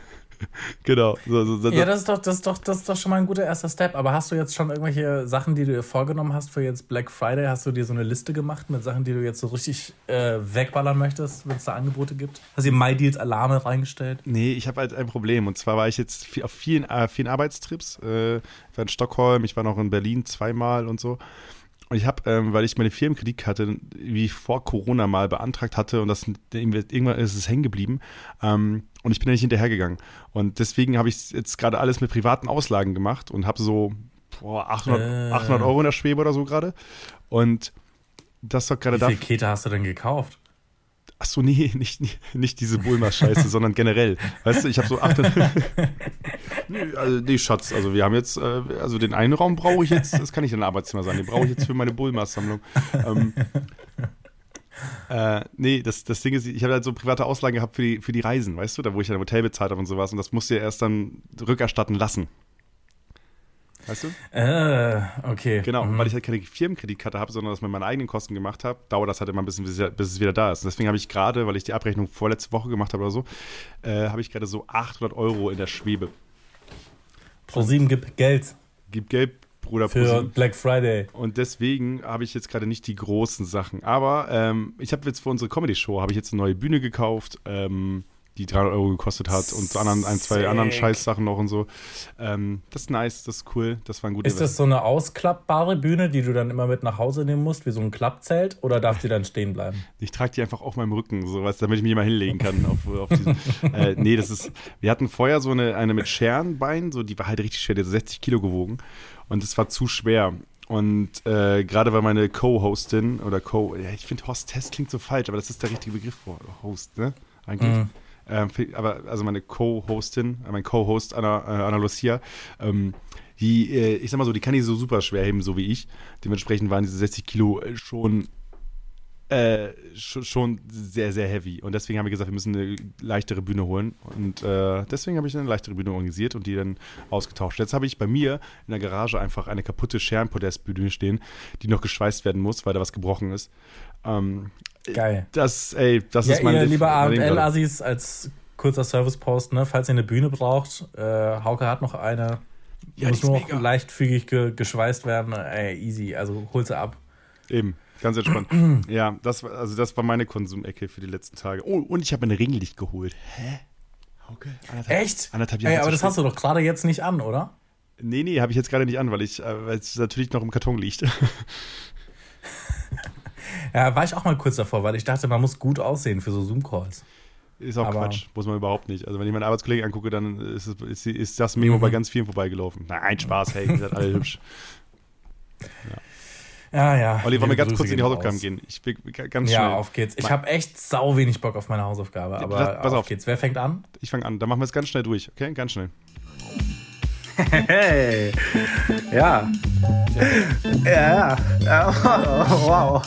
Genau. So, so, so, Ja, das ist, doch, das, ist doch, das ist doch schon mal ein guter erster Step. Aber hast du jetzt schon irgendwelche Sachen, die du dir vorgenommen hast für jetzt Black Friday? Hast du dir so eine Liste gemacht mit Sachen, die du jetzt so richtig äh, wegballern möchtest, wenn es da Angebote gibt? Hast du dir MyDeals Alarme reingestellt? Nee, ich habe halt ein Problem. Und zwar war ich jetzt viel, auf vielen, äh, vielen Arbeitstrips. Äh, ich war in Stockholm, ich war noch in Berlin zweimal und so. Und ich habe, ähm, weil ich meine Firmenkreditkarte, wie ich vor Corona mal beantragt hatte und das irgendwann ist es hängen geblieben ähm, und ich bin da nicht hinterhergegangen. Und deswegen habe ich jetzt gerade alles mit privaten Auslagen gemacht und habe so boah, achthundert, Äh. achthundert Euro in der Schwebe oder so gerade. Und das doch gerade Wie da. viele Kete hast du denn gekauft? Achso, nee, nicht, nicht, nicht diese Bulmer-Scheiße, sondern generell. Weißt du, ich habe so achthundert. nee, also, nee, Schatz, also wir haben jetzt, äh, also den einen Raum brauche ich jetzt, das kann nicht dein Arbeitszimmer sein, den brauche ich jetzt für meine Bulmer-Sammlung. Ähm, äh, nee, das, das Ding ist, ich habe halt so private Auslagen gehabt für die, für die Reisen, weißt du, da wo ich dann ein Hotel bezahlt habe und sowas und das musst du ja erst dann rückerstatten lassen. Weißt du? Äh, okay. Genau, Mhm. weil ich halt keine Firmenkreditkarte habe, sondern das mit meinen eigenen Kosten gemacht habe, dauert das halt immer ein bisschen, bis, bis es wieder da ist. Und deswegen habe ich gerade, weil ich die Abrechnung vorletzte Woche gemacht habe oder so, äh, habe ich gerade so achthundert Euro in der Schwebe. ProSieben gibt Geld Gib Geld, Bruder, für ProSieben. Black Friday. Und deswegen habe ich jetzt gerade nicht die großen Sachen. Aber ähm, ich habe jetzt für unsere Comedy-Show, habe ich jetzt eine neue Bühne gekauft, ähm, die dreihundert Euro gekostet hat und so anderen, ein, zwei Sick. anderen Scheißsachen noch und so. Ähm, das ist nice, das ist cool, das war ein guter Ist das so eine ausklappbare Bühne, die du dann immer mit nach Hause nehmen musst, wie so ein Klappzelt, oder darf die dann stehen bleiben? Ich trage die einfach auf meinem Rücken, so was, damit ich mich immer hinlegen kann. auf, auf diesen, äh, nee, das ist, wir hatten vorher so eine, eine mit Scherenbein, so, die war halt richtig schwer, die hat sechzig Kilo gewogen und es war zu schwer. Und äh, gerade weil meine Co-Hostin oder Co, ja, ich finde Hostess klingt so falsch, aber das ist der richtige Begriff für Host, ne? Eigentlich. Mm. Ähm, aber also meine Co-Hostin, mein Co-Host Anna, äh, Anna Lucia, ähm, die, äh, ich sag mal so, die kann nicht so super schwer heben, so wie ich. Dementsprechend waren diese sechzig Kilo schon Äh, schon, schon sehr, sehr heavy. Und deswegen haben wir gesagt, wir müssen eine leichtere Bühne holen. Und äh, deswegen habe ich eine leichtere Bühne organisiert und die dann ausgetauscht. Jetzt habe ich bei mir in der Garage einfach eine kaputte Scherenpodestbühne stehen, die noch geschweißt werden muss, weil da was gebrochen ist. Ähm, Geil. Das, ey, das ja, ist mein ihr Liv- lieber A mein und Leben gerade. L-Assis als kurzer Servicepost, ne, falls ihr eine Bühne braucht. Äh, Hauke hat noch eine. Ja, muss die ist nur noch mega. leichtfügig ge- geschweißt werden. Ey, easy. Also hol sie ab. Eben, ganz entspannt. Ja, das, war- also das war meine Konsumecke für die letzten Tage. Oh, und ich habe ein Ringlicht geholt. Hä? Okay. Anderthalb, Echt? Anderthalb Jahre Ey, aber zu das spät. hast du doch gerade jetzt nicht an, oder? Nee, nee, habe ich jetzt gerade nicht an, weil ich, äh, weil es natürlich noch im Karton liegt. Ja, war ich auch mal kurz davor, weil ich dachte, man muss gut aussehen für so Zoom-Calls. Ist auch Aber- Quatsch, muss man überhaupt nicht. Also wenn ich meinen Arbeitskollegen angucke, dann ist, es, ist, ist das Memo Mhm. bei ganz vielen vorbeigelaufen. Nein, Spaß, hey, ihr seid alle hübsch. Ja, ja. Olli, wollen wir Liebe ganz Grüße kurz in die gehen Hausaufgaben raus. gehen? Ich bin g- ganz schnell. Ja, auf geht's. Ich habe echt sau wenig Bock auf meine Hausaufgabe, aber pass- pass auf, auf. geht's. Wer fängt an? Ich fange an, dann machen wir es ganz schnell durch, okay? Ganz schnell. Hey, ja. Ja, ja. Wow.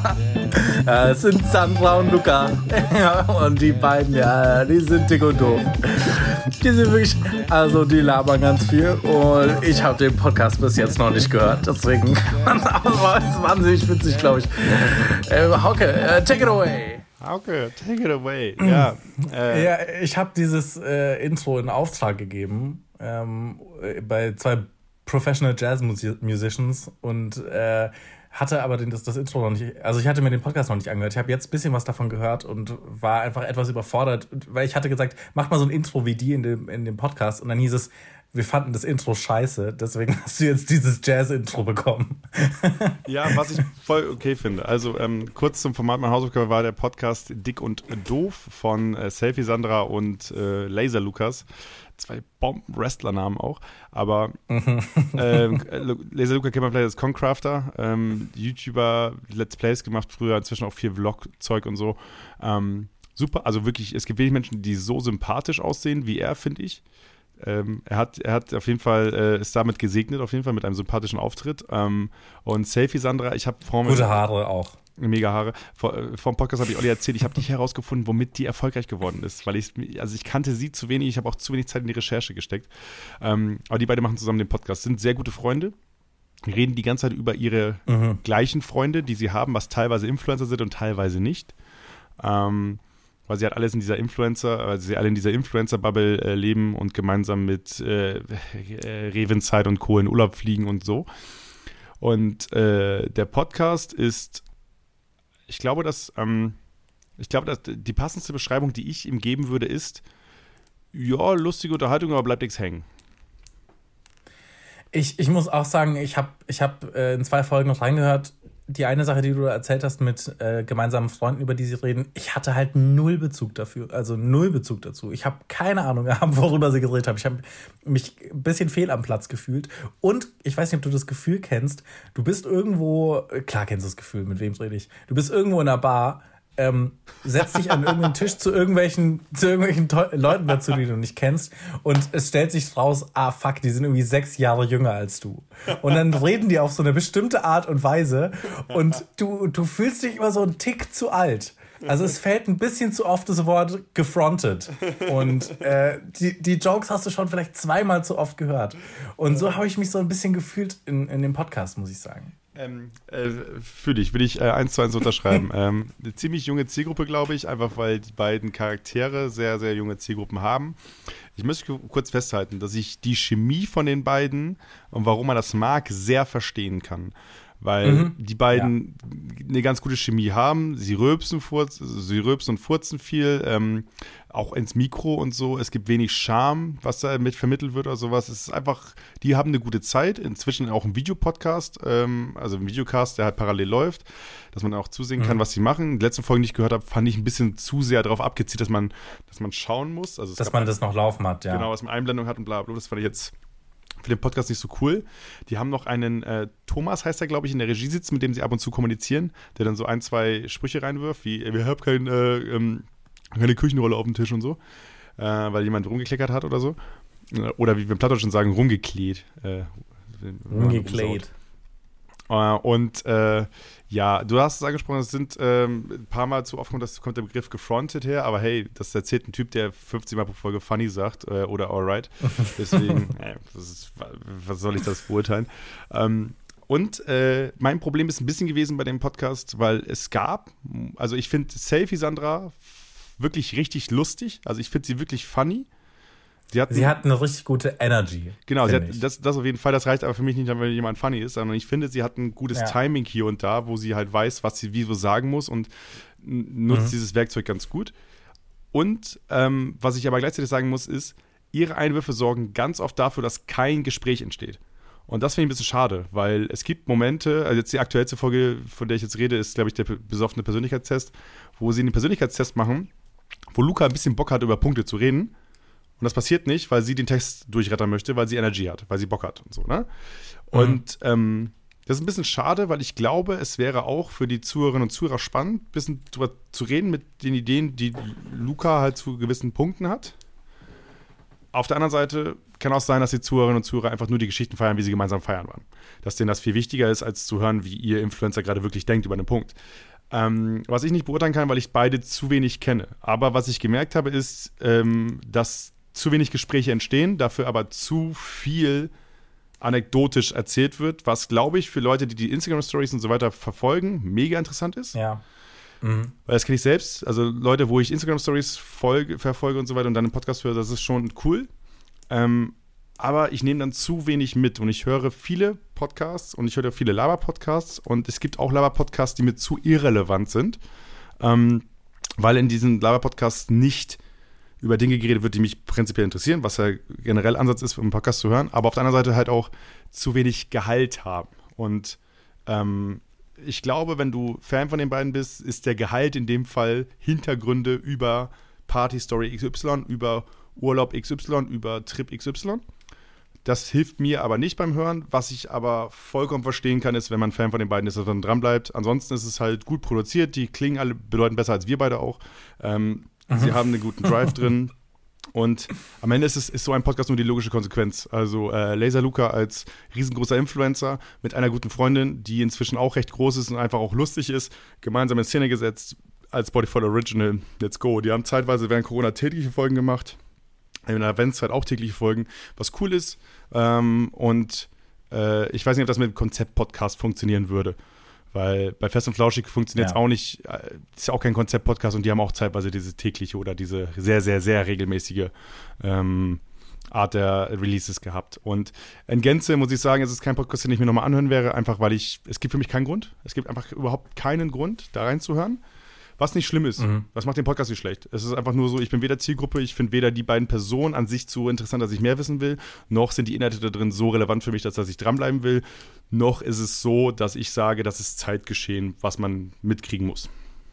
Ja, es sind Sandra und Luca. Ja, und die beiden, ja, die sind dick und doof. Die sind wirklich, also die labern ganz viel und ich habe den Podcast bis jetzt noch nicht gehört, deswegen war es wahnsinnig witzig, glaube ich. Äh, Hauke, äh, take it away. Okay, take it away. Ja, äh, Ja, ich habe dieses äh, Intro in Auftrag gegeben ähm, bei zwei Professional Jazz Musicians und äh, hatte aber den, das, das Intro noch nicht, also ich hatte mir den Podcast noch nicht angehört. Ich habe jetzt ein bisschen was davon gehört und war einfach etwas überfordert, weil ich hatte gesagt, mach mal so ein Intro wie die in dem, in dem Podcast und dann hieß es, wir fanden das Intro scheiße, deswegen hast du jetzt dieses Jazz-Intro bekommen. ja, was ich voll okay finde. Also ähm, kurz zum Format meiner Hausaufgabe war der Podcast Dick und Doof von äh, Selfie Sandra und äh, Laser Lukas. Zwei Bomben-Wrestler-Namen auch. Aber ähm, Laser Luca kennt man vielleicht als Concrafter, ähm, YouTuber, Let's Plays gemacht, früher inzwischen auch viel Vlog-Zeug und so. Ähm, super, also wirklich, es gibt wenig Menschen, die so sympathisch aussehen wie er, finde ich. Ähm, er hat, er hat auf jeden Fall, äh, ist damit gesegnet, auf jeden Fall mit einem sympathischen Auftritt. Ähm, und Selfie Sandra, ich habe vor mir Gute Haare auch. mega Haare. Vor, äh, vor dem Podcast habe ich Olli erzählt, ich habe nicht herausgefunden, womit die erfolgreich geworden ist, weil ich, also ich kannte sie zu wenig, ich habe auch zu wenig Zeit in die Recherche gesteckt. Ähm, aber die beiden machen zusammen den Podcast, sind sehr gute Freunde, reden die ganze Zeit über ihre Mhm. gleichen Freunde, die sie haben, was teilweise Influencer sind und teilweise nicht. Ähm, weil sie halt alles in dieser Influencer, weil sie alle in dieser Influencer-Bubble äh, leben und gemeinsam mit äh, äh, Revenzeit und Co. in Urlaub fliegen und so. Und äh, der Podcast ist, ich glaube, dass, ähm, ich glaube, dass die passendste Beschreibung, die ich ihm geben würde, ist, ja, lustige Unterhaltung, aber bleibt nichts hängen. Ich, ich muss auch sagen, ich habe ich hab, äh, in zwei Folgen noch reingehört. Die eine Sache, die du erzählt hast mit äh, gemeinsamen Freunden, über die sie reden, ich hatte halt null Bezug dafür, also null Bezug dazu. Ich habe keine Ahnung gehabt, worüber sie geredet haben. Ich habe mich ein bisschen fehl am Platz gefühlt. Und ich weiß nicht, ob du das Gefühl kennst, du bist irgendwo, klar kennst du das Gefühl, mit wem rede ich, du bist irgendwo in einer Bar, ähm, setzt dich an irgendeinen Tisch zu irgendwelchen, zu irgendwelchen to- Leuten dazu, die du nicht kennst und es stellt sich raus, ah fuck, die sind irgendwie sechs Jahre jünger als du. Und dann reden die auf so eine bestimmte Art und Weise und du, du fühlst dich immer so einen Tick zu alt. Also es fällt ein bisschen zu oft das Wort gefrontet. Und äh, die, die Jokes hast du schon vielleicht zweimal zu oft gehört. Und so habe ich mich so ein bisschen gefühlt in, in dem Podcast, muss ich sagen. Ähm, äh, Fühle ich, will ich äh, eins zu eins unterschreiben. ähm, eine ziemlich junge Zielgruppe, glaube ich, einfach weil die beiden Charaktere sehr, sehr junge Zielgruppen haben. Ich möchte kurz festhalten, dass ich die Chemie von den beiden und warum man das mag, sehr verstehen kann. Weil mhm. die beiden ja. eine ganz gute Chemie haben. Sie rülpsen, furzen, sie rülpsen und furzen viel, ähm, auch ins Mikro und so. Es gibt wenig Charme, was da mit vermittelt wird oder sowas. Es ist einfach, die haben eine gute Zeit. Inzwischen auch ein Videopodcast, ähm, also ein Videocast, der halt parallel läuft, dass man auch zusehen kann, mhm. was sie machen. Die letzten Folgen, die ich gehört habe, fand ich ein bisschen zu sehr darauf abgezielt, dass man, dass man schauen muss. Also dass man das noch laufen hat, ja. Genau, dass man Einblendung hat und bla bla. Das fand ich jetzt für den Podcast nicht so cool. Die haben noch einen, äh, Thomas heißt er, glaube ich, in der Regie sitzt, mit dem sie ab und zu kommunizieren, der dann so ein, zwei Sprüche reinwirft, wie, wir haben kein, äh, ähm, keine Küchenrolle auf dem Tisch und so, äh, weil jemand rumgekleckert hat oder so. Oder wie wir im Plattdeutschen sagen, rumgekleet. Äh, rumgekleet. Uh, und äh, ja, du hast es angesprochen, es sind ähm, ein paar Mal zu oft kommt, das, kommt der Begriff gefrontet her, aber hey, das erzählt ein Typ, der fünfzig Mal pro Folge funny sagt äh, oder alright. Deswegen, äh, das ist, was soll ich das beurteilen? Ähm, und äh, mein Problem ist ein bisschen gewesen bei dem Podcast, weil es gab, also ich finde Selfie Sandra wirklich richtig lustig, also ich finde sie wirklich funny. Sie hat, sie hat eine richtig gute Energy. Genau, sie hat, das, das auf jeden Fall. Das reicht aber für mich nicht, wenn jemand funny ist, sondern ich finde, sie hat ein gutes ja. Timing hier und da, wo sie halt weiß, was sie wie so sagen muss und nutzt mhm. dieses Werkzeug ganz gut. Und ähm, was ich aber gleichzeitig sagen muss, ist, ihre Einwürfe sorgen ganz oft dafür, dass kein Gespräch entsteht. Und das finde ich ein bisschen schade, weil es gibt Momente, also jetzt die aktuellste Folge, von der ich jetzt rede, ist, glaube ich, der besoffene Persönlichkeitstest, wo sie einen Persönlichkeitstest machen, wo Luca ein bisschen Bock hat, über Punkte zu reden. Und das passiert nicht, weil sie den Text durchrettern möchte, weil sie Energy hat, weil sie Bock hat und so, ne? Und mhm. ähm, das ist ein bisschen schade, weil ich glaube, es wäre auch für die Zuhörerinnen und Zuhörer spannend, ein bisschen drüber zu reden mit den Ideen, die Luca halt zu gewissen Punkten hat. Auf der anderen Seite kann auch sein, dass die Zuhörerinnen und Zuhörer einfach nur die Geschichten feiern, wie sie gemeinsam feiern waren. Dass denen das viel wichtiger ist, als zu hören, wie ihr Influencer gerade wirklich denkt über einen Punkt. Ähm, was ich nicht beurteilen kann, weil ich beide zu wenig kenne. Aber was ich gemerkt habe, ist, ähm, dass zu wenig Gespräche entstehen, dafür aber zu viel anekdotisch erzählt wird, was, glaube ich, für Leute, die die Instagram-Stories und so weiter verfolgen, mega interessant ist. Ja. Mhm. Weil das kenne ich selbst. Also Leute, wo ich Instagram-Stories folge, verfolge und so weiter und dann einen Podcast höre, das ist schon cool. Ähm, aber ich nehme dann zu wenig mit und ich höre viele Podcasts und ich höre viele Laber-Podcasts und es gibt auch Laber-Podcasts, die mir zu irrelevant sind, ähm, weil in diesen Laber-Podcasts nicht über Dinge geredet wird, die mich prinzipiell interessieren, was ja generell Ansatz ist, um einen Podcast zu hören, aber auf der anderen Seite halt auch zu wenig Gehalt haben. Und ähm, ich glaube, wenn du Fan von den beiden bist, ist der Gehalt in dem Fall Hintergründe über Party-Story X Y, über Urlaub X Y, über Trip X Y. Das hilft mir aber nicht beim Hören. Was ich aber vollkommen verstehen kann, ist, wenn man Fan von den beiden ist, dass man dran bleibt. Ansonsten ist es halt gut produziert. Die klingen alle bedeutend besser als wir beide auch. Ähm, Sie haben einen guten Drive drin und am Ende ist, es, ist so ein Podcast nur die logische Konsequenz. Also äh, Laser Luca als riesengroßer Influencer mit einer guten Freundin, die inzwischen auch recht groß ist und einfach auch lustig ist, gemeinsam in Szene gesetzt als Spotify Original. Let's go. Die haben zeitweise während Corona tägliche Folgen gemacht, in der Adventszeit auch tägliche Folgen, was cool ist. Ähm, und äh, ich weiß nicht, ob das mit dem Konzept-Podcast funktionieren würde. Weil bei Fest und Flauschig funktioniert es ja. auch nicht, ist ja auch kein Konzept-Podcast und die haben auch zeitweise diese tägliche oder diese sehr, sehr, sehr regelmäßige ähm, Art der Releases gehabt. Und in Gänze muss ich sagen, es ist kein Podcast, den ich mir nochmal anhören wäre, einfach weil ich, es gibt für mich keinen Grund, es gibt einfach überhaupt keinen Grund, da reinzuhören. Was nicht schlimm ist. Mhm. Das macht den Podcast nicht schlecht. Es ist einfach nur so, ich bin weder Zielgruppe, ich finde weder die beiden Personen an sich so interessant, dass ich mehr wissen will, noch sind die Inhalte da drin so relevant für mich, dass, dass ich dranbleiben will, noch ist es so, dass ich sage, das ist Zeitgeschehen, was man mitkriegen muss.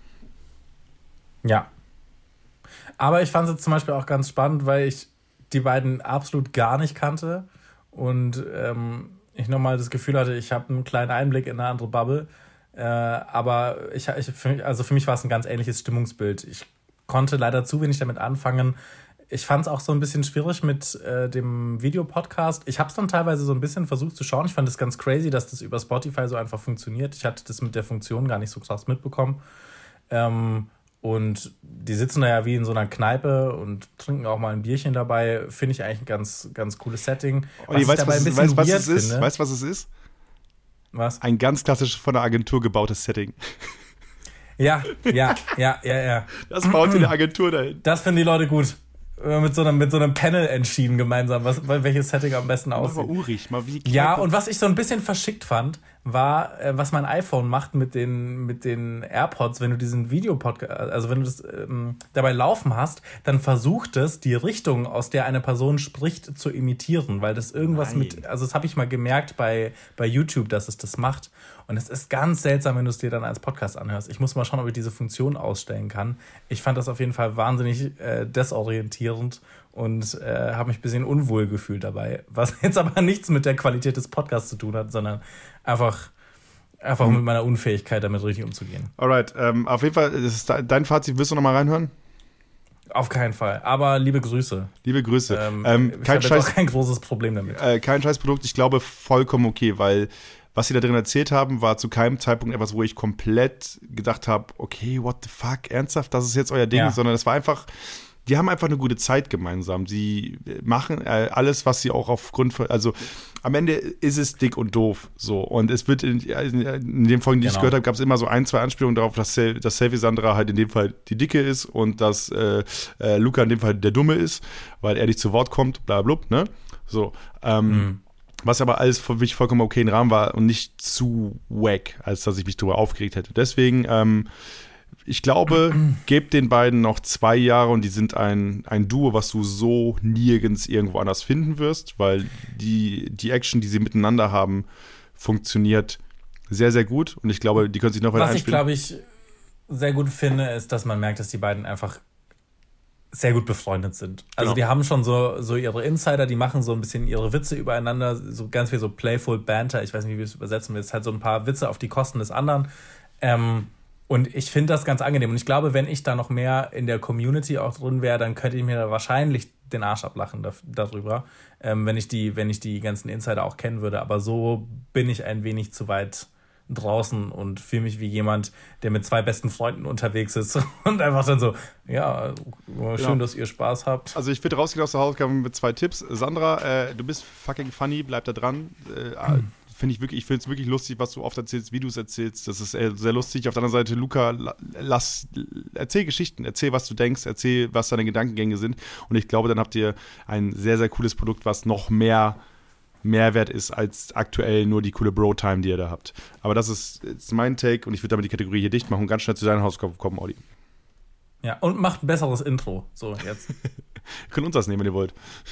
Ja. Aber ich fand es zum Beispiel auch ganz spannend, weil ich die beiden absolut gar nicht kannte und ähm, ich nochmal das Gefühl hatte, ich habe einen kleinen Einblick in eine andere Bubble. Äh, aber ich, ich, für mich, also für mich war es ein ganz ähnliches Stimmungsbild. Ich konnte leider zu wenig damit anfangen. Ich fand es auch so ein bisschen schwierig mit äh, dem Videopodcast. Ich habe es dann teilweise so ein bisschen versucht zu schauen. Ich fand es ganz crazy, dass das über Spotify so einfach funktioniert. Ich hatte das mit der Funktion gar nicht so krass mitbekommen. Ähm, und die sitzen da ja wie in so einer Kneipe und trinken auch mal ein Bierchen dabei. Finde ich eigentlich ein ganz, ganz cooles Setting. Was ich dabei ein bisschen weird finde. Weißt du, was es ist? Was? Ein ganz klassisch von der Agentur gebautes Setting. Ja, ja, ja, ja, ja. Das baut in der Agentur dahin. Das finden die Leute gut. mit so einem, mit so einem Panel entschieden gemeinsam, was, welches Setting am besten aussieht. Aber urig, mal wie Ja, und was ich so ein bisschen verschickt fand, war, äh, was mein iPhone macht mit den, mit den AirPods, wenn du diesen Videopodcast, also wenn du das ähm, dabei laufen hast, dann versucht es, die Richtung, aus der eine Person spricht, zu imitieren, weil das irgendwas Nein. mit, also das habe ich mal gemerkt bei, bei YouTube, dass es das macht. Und es ist ganz seltsam, wenn du es dir dann als Podcast anhörst. Ich muss mal schauen, ob ich diese Funktion ausstellen kann. Ich fand das auf jeden Fall wahnsinnig äh, desorientierend und äh, habe mich ein bisschen unwohl gefühlt dabei. Was jetzt aber nichts mit der Qualität des Podcasts zu tun hat, sondern einfach, einfach mhm. mit meiner Unfähigkeit, damit richtig umzugehen. Alright, ähm, auf jeden Fall, das ist dein Fazit. Willst du noch mal reinhören? Auf keinen Fall. Aber liebe Grüße. Liebe Grüße. Ähm, ähm, ich kein habe Scheiß, auch kein großes Problem damit. Äh, kein Scheißprodukt. Ich glaube, vollkommen okay, weil was sie da drin erzählt haben, war zu keinem Zeitpunkt etwas, wo ich komplett gedacht habe, okay, what the fuck, ernsthaft, das ist jetzt euer Ding, Ja. sondern es war einfach, die haben einfach eine gute Zeit gemeinsam. Sie machen äh, alles, was sie auch aufgrund von, also am Ende ist es dick und doof, so. Und es wird in, in den Folgen, die Genau. ich gehört habe, gab es immer so ein, zwei Anspielungen darauf, dass, Sel- dass Selvi Sandra halt in dem Fall die Dicke ist und dass äh, äh, Luca in dem Fall der Dumme ist, weil er nicht zu Wort kommt, bla bla, ne? So, ähm, Mhm. Was aber alles für mich vollkommen okay im Rahmen war und nicht zu wack, als dass ich mich darüber aufgeregt hätte. Deswegen, ähm, ich glaube, gebt den beiden noch zwei Jahre und die sind ein, ein Duo, was du so nirgends irgendwo anders finden wirst, weil die, die Action, die sie miteinander haben, funktioniert sehr, sehr gut und ich glaube, die können sich noch weiter Was ich, einspielen. glaube ich, sehr gut finde, ist, dass man merkt, dass die beiden einfach sehr gut befreundet sind. Also Genau. die haben schon so, so ihre Insider, die machen so ein bisschen ihre Witze übereinander, so ganz viel so playful Banter, ich weiß nicht, wie wir es übersetzen willst, halt so ein paar Witze auf die Kosten des anderen. Ähm, und ich finde das ganz angenehm. Und ich glaube, wenn ich da noch mehr in der Community auch drin wäre, dann könnte ich mir da wahrscheinlich den Arsch ablachen da, darüber, ähm, wenn ich die, wenn ich die ganzen Insider auch kennen würde. Aber so bin ich ein wenig zu weit draußen und fühle mich wie jemand, der mit zwei besten Freunden unterwegs ist und einfach dann so, ja, schön, Genau. dass ihr Spaß habt. Also ich würde rausgehen aus der Hausaufgabe mit zwei Tipps. Sandra, äh, du bist fucking funny, bleib da dran. Äh, Finde ich wirklich, ich finde es wirklich lustig, was du oft erzählst, wie du es erzählst. Das ist äh, sehr lustig. Auf der anderen Seite, Luca, la- lass, erzähl Geschichten, erzähl, was du denkst, erzähl, was deine Gedankengänge sind. Und ich glaube, dann habt ihr ein sehr, sehr cooles Produkt, was noch mehr Mehrwert ist als aktuell nur die coole Bro-Time, die ihr da habt. Aber das ist, ist mein Take und ich würde damit die Kategorie hier dicht machen und ganz schnell zu deiner Hausaufgabe kommen, Audi. Ja, und macht ein besseres Intro. So, jetzt. Ihr könnt uns das nehmen, wenn ihr wollt.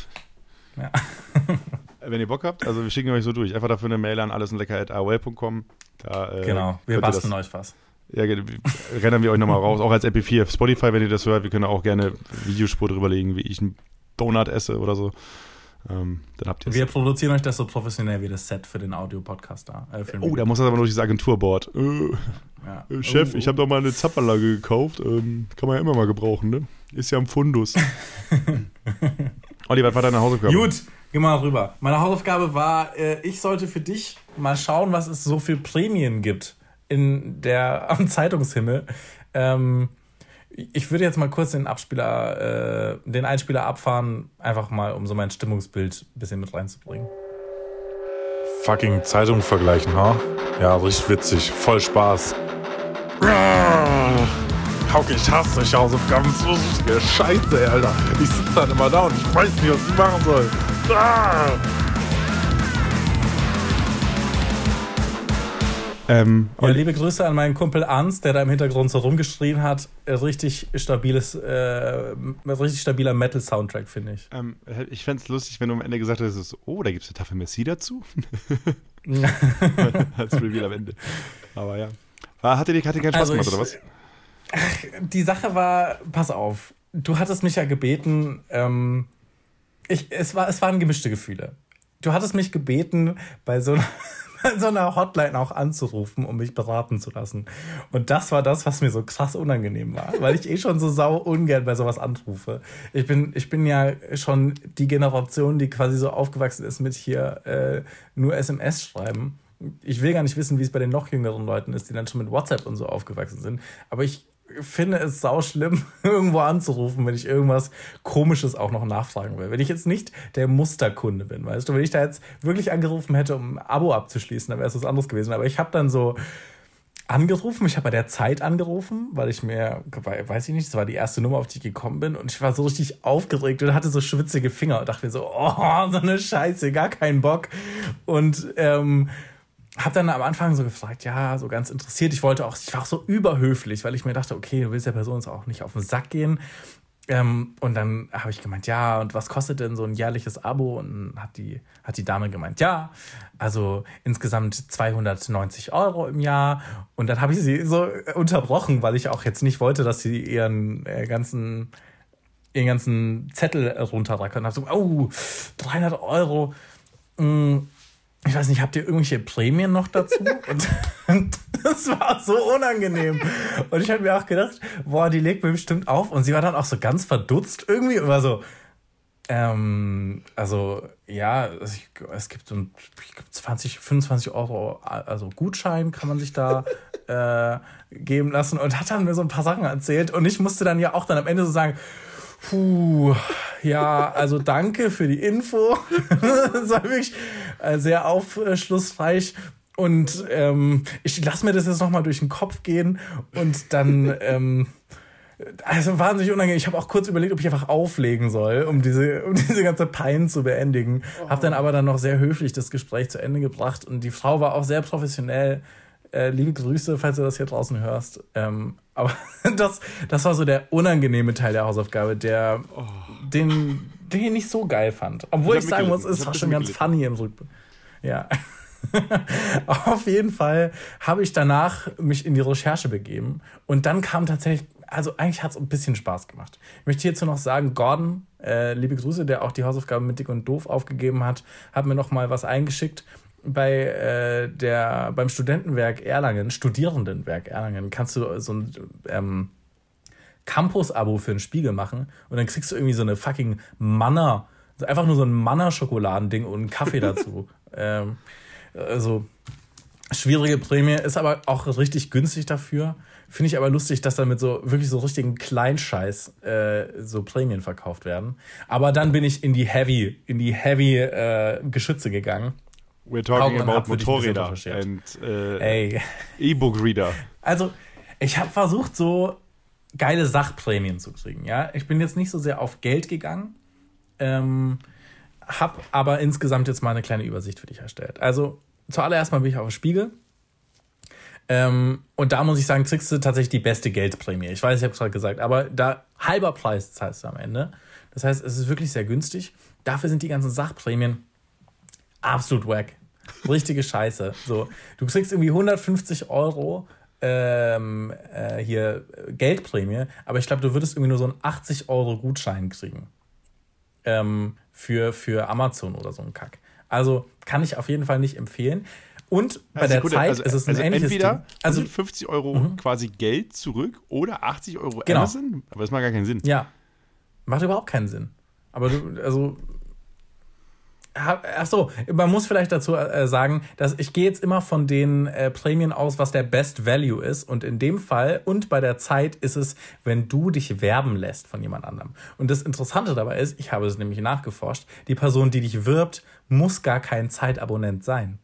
Ja. Wenn ihr Bock habt, also wir schicken euch so durch. Einfach dafür eine Mail an alleslecker at a o l punkt com. Da, äh, Genau, wir könnt ihr basteln das, euch was. Ja, rennen wir euch nochmal raus. Auch als M P vier auf Spotify, wenn ihr das hört. Wir können auch gerne Videospur drüber legen, wie ich einen Donut esse oder so. Ähm, dann habt ihr es. Wir produzieren euch das so professionell wie das Set für den Audio-Podcast da. Äh, für den Oh, da muss das aber durch das Agenturboard. Äh, ja. äh, Chef, Oh, ich habe doch mal eine Zapfanlage gekauft. Ähm, kann man ja immer mal gebrauchen, ne? Ist ja am Fundus. Olli, was war deine Hausaufgabe? Gut, geh mal rüber. Meine Hausaufgabe war, äh, ich sollte für dich mal schauen, was es so für Prämien gibt in der, am Zeitungshimmel. Ähm, ich würde jetzt mal kurz den Abspieler, äh, den Einspieler abfahren, einfach mal, um so mein Stimmungsbild ein bisschen mit reinzubringen. Fucking Zeitung vergleichen, ha? Ja, richtig witzig. Voll Spaß. Hauke, ich hasse solche Hausaufgaben. Das ist so richtige Scheiße, ey, Alter. Ich sitze dann immer da und ich weiß nicht, was ich machen soll. Ah! Ähm, Ja, Olli, liebe Grüße an meinen Kumpel Ernst, der da im Hintergrund so rumgeschrien hat. Richtig stabiles, äh, richtig stabiler Metal-Soundtrack, finde ich. ähm, ich fände es lustig, wenn du am Ende gesagt hättest, oh, da gibt es eine Tafel Messi dazu. Als Reveal am Ende. Aber ja. War, hat dir hat dir keinen Spaß Also gemacht, ich- oder was? Die Sache war, pass auf, du hattest mich ja gebeten, ähm, ich, es, war, es waren gemischte Gefühle. Du hattest mich gebeten, bei so, einer, bei so einer Hotline auch anzurufen, um mich beraten zu lassen. Und das war das, was mir so krass unangenehm war, weil ich eh schon so sau ungern bei sowas anrufe. Ich bin, ich bin ja schon die Generation, die quasi so aufgewachsen ist mit hier äh, nur S M S schreiben. Ich will gar nicht wissen, wie es bei den noch jüngeren Leuten ist, die dann schon mit WhatsApp und so aufgewachsen sind. Aber ich finde es sau schlimm, irgendwo anzurufen, wenn ich irgendwas Komisches auch noch nachfragen will. Wenn ich jetzt nicht der Musterkunde bin, weißt du, wenn ich da jetzt wirklich angerufen hätte, um ein Abo abzuschließen, dann wäre es was anderes gewesen. Aber ich habe dann so angerufen. Ich habe bei der Zeit angerufen, weil ich mir, weiß ich nicht, das war die erste Nummer, auf die ich gekommen bin. Und ich war so richtig aufgeregt und hatte so schwitzige Finger und dachte mir so, oh, so eine Scheiße, gar keinen Bock. Und ähm, habe dann am Anfang so gefragt, ja, so ganz interessiert. Ich wollte auch, ich war auch so überhöflich, weil ich mir dachte, okay, du willst der Person jetzt auch nicht auf den Sack gehen. Ähm, und dann habe ich gemeint, ja, und was kostet denn so ein jährliches Abo? Und dann hat die, hat die Dame gemeint, ja, also insgesamt zweihundertneunzig Euro im Jahr. Und dann habe ich sie so unterbrochen, weil ich auch jetzt nicht wollte, dass sie ihren äh, ganzen, ihren ganzen Zettel runterrackert. Und habe so, oh, dreihundert Euro. Ich weiß nicht, habt ihr irgendwelche Prämien noch dazu? Und, und das war so unangenehm. Und ich habe mir auch gedacht, boah, die legt mir bestimmt auf. Und sie war dann auch so ganz verdutzt irgendwie und war so, ähm, also, ja, es gibt so zwanzig, fünfundzwanzig Euro, also Gutschein kann man sich da äh, geben lassen. Und hat dann mir so ein paar Sachen erzählt. Und ich musste dann ja auch dann am Ende so sagen, puh, ja, also danke für die Info. Das war wirklich sehr aufschlussreich. Und ähm, ich lasse mir das jetzt nochmal durch den Kopf gehen. Und dann, ähm, also wahnsinnig unangenehm. Ich habe auch kurz überlegt, ob ich einfach auflegen soll, um diese, um diese ganze Pein zu beendigen. Oh. Habe dann aber dann noch sehr höflich das Gespräch zu Ende gebracht. Und die Frau war auch sehr professionell. Äh, liebe Grüße, falls du das hier draußen hörst. Ähm, aber das, das war so der unangenehme Teil der Hausaufgabe, der oh. den, den ich nicht so geil fand. Obwohl ich, ich sagen muss, es war schon ganz funny im Rückblick. Ja. Auf jeden Fall habe ich danach mich in die Recherche begeben. Und dann kam tatsächlich, also eigentlich hat es ein bisschen Spaß gemacht. Ich möchte hierzu noch sagen, Gordon, äh, liebe Grüße, der auch die Hausaufgaben mit Dick und Doof aufgegeben hat, hat mir noch mal was eingeschickt. Bei äh, der beim Studentenwerk Erlangen, Studierendenwerk Erlangen, kannst du so ein ähm, Campus-Abo für einen Spiegel machen und dann kriegst du irgendwie so eine fucking Manna, also einfach nur so ein Manna-Schokoladending und einen Kaffee dazu. ähm, also schwierige Prämie, ist aber auch richtig günstig dafür. Finde ich aber lustig, dass damit so wirklich so richtigen Kleinscheiß äh, so Prämien verkauft werden. Aber dann bin ich in die Heavy, in die Heavy äh, Geschütze gegangen. We're talking about Motorräder and äh, E-Book-Reader. Also, ich habe versucht, so geile Sachprämien zu kriegen. Ja, ich bin jetzt nicht so sehr auf Geld gegangen, ähm, habe aber insgesamt jetzt mal eine kleine Übersicht für dich erstellt. Also, zuallererst mal bin ich auf dem Spiegel. Ähm, und da muss ich sagen, kriegst du tatsächlich die beste Geldprämie. Ich weiß, ich habe es gerade gesagt, aber da halber Preis zahlst du am Ende. Das heißt, es ist wirklich sehr günstig. Dafür sind die ganzen Sachprämien absolut wack. Richtige Scheiße. So, du kriegst irgendwie hundertfünfzig Euro ähm, äh, hier Geldprämie, aber ich glaube, du würdest irgendwie nur so einen achtzig Euro Gutschein kriegen. Ähm, für, für Amazon oder so ein Kack. Also kann ich auf jeden Fall nicht empfehlen. Und bei also der gut, Zeit also, ist es ein also ähnliches entweder Ding. Also fünfzig Euro mhm. quasi Geld zurück oder achtzig Euro genau. Amazon. Aber das macht gar keinen Sinn. Ja, macht überhaupt keinen Sinn. Aber du, also ach so, man muss vielleicht dazu äh, sagen, dass ich gehe jetzt immer von den äh, Prämien aus, was der Best Value ist. Und in dem Fall und bei der Zeit ist es, wenn du dich werben lässt von jemand anderem. Und das Interessante dabei ist, ich habe es nämlich nachgeforscht, die Person, die dich wirbt, muss gar kein Zeitabonnent sein.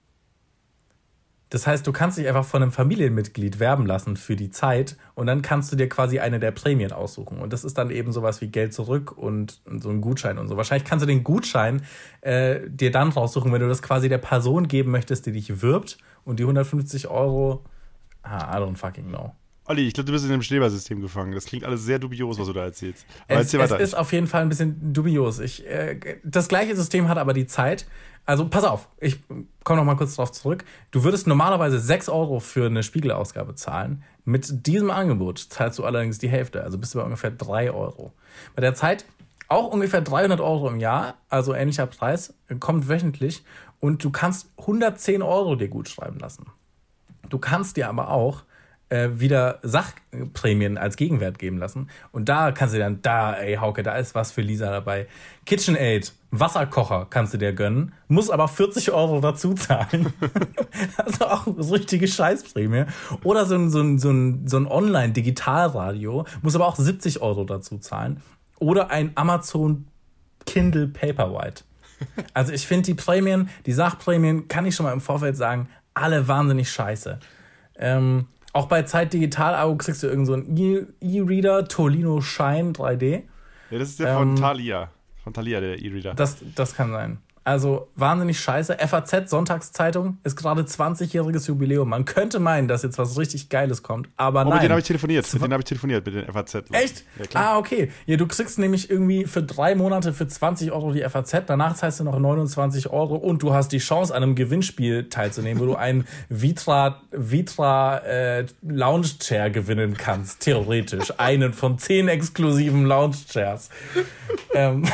Das heißt, du kannst dich einfach von einem Familienmitglied werben lassen für die Zeit und dann kannst du dir quasi eine der Prämien aussuchen. Und das ist dann eben sowas wie Geld zurück und, und so ein Gutschein und so. Wahrscheinlich kannst du den Gutschein äh, dir dann raussuchen, wenn du das quasi der Person geben möchtest, die dich wirbt und die hundertfünfzig Euro, ah, I don't fucking know. Olli, ich glaube, du bist in einem Schneeballsystem gefangen. Das klingt alles sehr dubios, was du da erzählst. Aber es, erzähl es ist auf jeden Fall ein bisschen dubios. Ich, äh, das gleiche System hat aber die Zeit. Also pass auf, ich komme noch mal kurz drauf zurück. Du würdest normalerweise sechs Euro für eine Spiegelausgabe zahlen. Mit diesem Angebot zahlst du allerdings die Hälfte. Also bist du bei ungefähr drei Euro. Bei der Zeit auch ungefähr dreihundert Euro im Jahr, also ähnlicher Preis, kommt wöchentlich. Und du kannst hundertzehn Euro dir gut schreiben lassen. Du kannst dir aber auch wieder Sachprämien als Gegenwert geben lassen. Und da kannst du dann, da, ey, Hauke, da ist was für Lisa dabei. KitchenAid, Wasserkocher kannst du dir gönnen, muss aber vierzig Euro dazu zahlen. Also auch so richtige Scheißprämie. Oder so ein, so ein, so ein, so ein Online-Digitalradio, muss aber auch siebzig Euro dazu zahlen. Oder ein Amazon Kindle Paperwhite. Also ich finde die Prämien, die Sachprämien, kann ich schon mal im Vorfeld sagen, alle wahnsinnig scheiße. Ähm, auch bei Zeit Digital-Abo kriegst du irgend so einen E- E-Reader, Tolino Shine drei D. Ja, das ist der Ähm, von Thalia. Von Thalia, der E-Reader. Das, das kann sein. Also wahnsinnig scheiße. F A Z, Sonntagszeitung, ist gerade zwanzigjähriges Jubiläum. Man könnte meinen, dass jetzt was richtig Geiles kommt, aber Oh, nein. mit denen habe ich telefoniert. Mit denen habe ich telefoniert, mit den F A Z. Echt? Ja, klar. Ah, okay. Ja, du kriegst nämlich irgendwie für drei Monate für zwanzig Euro die F A Z, danach zahlst du noch neunundzwanzig Euro und du hast die Chance, an einem Gewinnspiel teilzunehmen, wo du einen Vitra, Vitra äh, Lounge Chair gewinnen kannst, theoretisch. Einen von zehn exklusiven Lounge Chairs. ähm,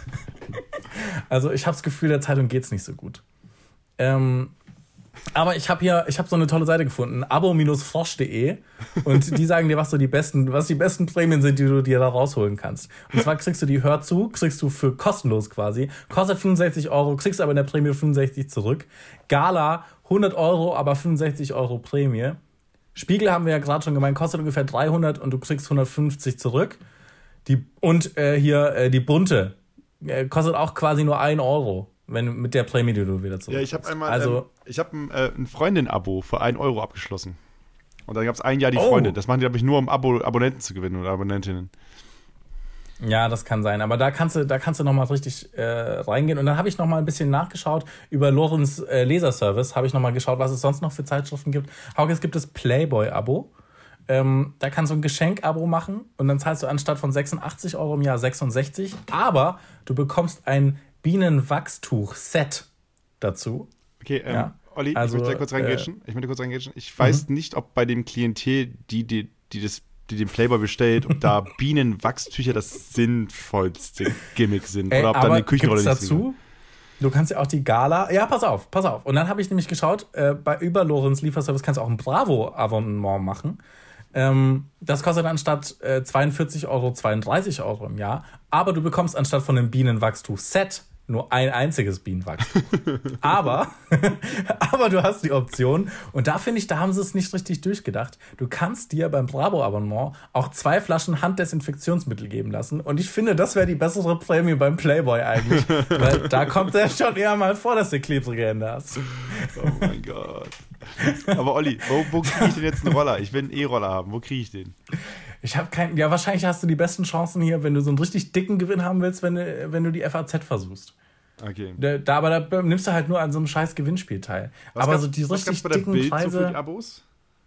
also ich habe das Gefühl, der Zeitung geht's nicht so gut. Ähm, aber ich habe hier, ich habe so eine tolle Seite gefunden, abo Bindestrich frosch Punkt de, und die sagen dir, was so die besten, was die besten Prämien sind, die du dir da rausholen kannst. Und zwar kriegst du die Hör zu, kriegst du für kostenlos quasi, kostet fünfundsechzig Euro, kriegst aber in der Prämie fünfundsechzig zurück. Gala hundert Euro, aber fünfundsechzig Euro Prämie. Spiegel haben wir ja gerade schon gemeint, kostet ungefähr dreihundert und du kriegst hundertfünfzig zurück. Die, und äh, hier äh, die bunte äh, kostet auch quasi nur ein Euro. Wenn, mit der Prämie, die du wieder zurück. Ja, ich habe einmal also, ähm, ich hab ein, äh, ein Freundin-Abo für ein Euro abgeschlossen. Und dann gab es ein Jahr die Oh. Freundin. Das machen die, glaube ich, nur um Abo Abonnenten zu gewinnen oder Abonnentinnen. ja, das kann sein. Aber da kannst du, da kannst du nochmal richtig äh, reingehen. Und dann habe ich nochmal ein bisschen nachgeschaut über Lorenz äh, Leserservice. Habe ich nochmal geschaut, was es sonst noch für Zeitschriften gibt. Hauke, es gibt das Playboy-Abo. Ähm, da kannst du ein Geschenk-Abo machen. Und dann zahlst du anstatt von sechsundachtzig Euro im Jahr sechsundsechzig. Aber du bekommst ein Bienenwachstuch-Set dazu. Okay, ähm, Ja. Olli, Also, ich möchte da kurz reingrätschen. Ich möchte kurz reingrätschen. Ich weiß nicht, ob bei dem Klientel, die, die, die, das, die den Playboy bestellt, ob da Bienenwachstücher das sinnvollste Gimmick sind. Ey, oder ob da aber eine Küchenrolle gibt's nicht dazu? Du kannst ja auch die Gala. Ja, pass auf, pass auf. Und dann habe ich nämlich geschaut, äh, bei über Lorenz Lieferservice kannst du auch ein Bravo-Abonnement machen. Ähm, das kostet anstatt äh, zweiundvierzig Euro zweiunddreißig Euro im Jahr. Aber du bekommst anstatt von einem Bienenwachstuch-Set nur ein einziges Bienenwachstuch. aber, aber du hast die Option, und da finde ich, da haben sie es nicht richtig durchgedacht. Du kannst dir beim Bravo-Abonnement auch zwei Flaschen Handdesinfektionsmittel geben lassen. Und ich finde, das wäre die bessere Prämie beim Playboy eigentlich. Weil da kommt es ja schon eher mal vor, dass du klebrige Hände hast. Oh mein Gott. Aber Olli, wo, wo kriege ich denn jetzt einen Roller? Ich will einen E-Roller haben. Wo kriege ich den? Ich habe keinen. Ja, wahrscheinlich hast du die besten Chancen hier, wenn du so einen richtig dicken Gewinn haben willst, wenn du, wenn du die F A Z versuchst. Okay. Da, da, aber da nimmst du halt nur an so einem scheiß Gewinnspiel teil. Was aber gab's- so die was richtig gab's bei der dicken Bild Preise. so für die Abos?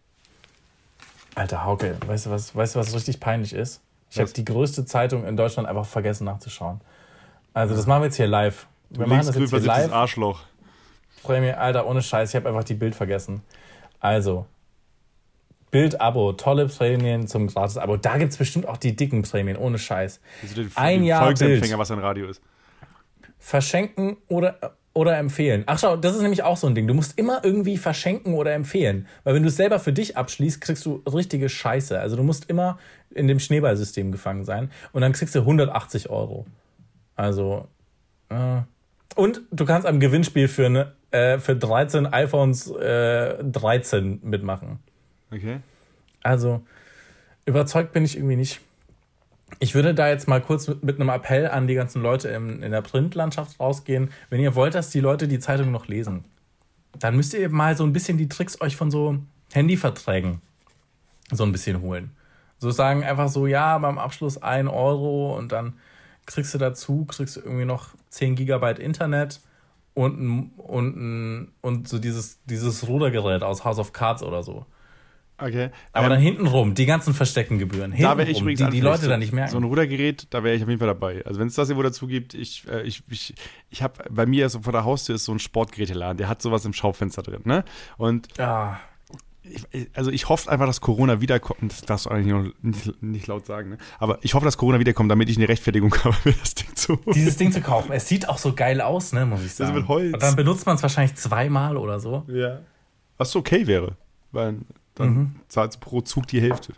Alter Hauke, weißt du, was, weißt du, was richtig peinlich ist? Ich Was? habe die größte Zeitung in Deutschland einfach vergessen nachzuschauen. Also, das machen wir jetzt hier live. Du Wir machen das jetzt hier linksgrün-versifftes live. Arschloch. Prämie, Alter, ohne Scheiß, ich habe einfach die Bild vergessen. Also, Bild-Abo, tolle Prämien zum Gratis-Abo. Da gibt es bestimmt auch die dicken Prämien, ohne Scheiß. Also den, Ein den Jahr Volksempfänger, Bild. was ein Radio ist. Verschenken oder, oder empfehlen. Ach schau, das ist nämlich auch so ein Ding. Du musst immer irgendwie verschenken oder empfehlen. Weil wenn du es selber für dich abschließt, kriegst du richtige Scheiße. Also du musst immer in dem Schneeballsystem gefangen sein. Und dann kriegst du hundertachtzig Euro. Also, äh. Und du kannst am Gewinnspiel für, eine, äh, für dreizehn iPhones äh, dreizehn mitmachen. Okay. Also, überzeugt bin ich irgendwie nicht. Ich würde da jetzt mal kurz mit, mit einem Appell an die ganzen Leute in, in der Printlandschaft rausgehen. Wenn ihr wollt, dass die Leute die Zeitung noch lesen, dann müsst ihr mal so ein bisschen die Tricks euch von so Handyverträgen so ein bisschen holen. So sagen einfach so, ja, beim Abschluss ein Euro und dann kriegst du dazu, kriegst du irgendwie noch zehn Gigabyte Internet und, ein- und, ein- und so dieses, dieses Rudergerät aus House of Cards oder so. Okay. Aber Ähm, dann hintenrum, die ganzen versteckten Gebühren. Da wäre ich Hintenrum, übrigens die, die anfällig. Leute so, dann nicht merken. So ein Rudergerät, da wäre ich auf jeden Fall dabei. Also wenn es das irgendwo dazu gibt, ich, äh, ich, ich, ich habe bei mir so vor der Haustür ist so ein Sportgeräteladen, der hat sowas im Schaufenster drin, ne? Und Ah, ich, also ich hoffe einfach, dass Corona wiederkommt. Das darfst du eigentlich noch nicht, nicht laut sagen, ne? Aber ich hoffe, dass Corona wiederkommt, damit ich eine Rechtfertigung habe, mir das Ding zu holen. dieses Ding zu kaufen. Es sieht auch so geil aus, ne, muss ich sagen. mit Holz. Und dann benutzt man es wahrscheinlich zweimal oder so. Ja. Was so okay wäre, weil dann Mhm. zahlst du pro Zug die Hälfte.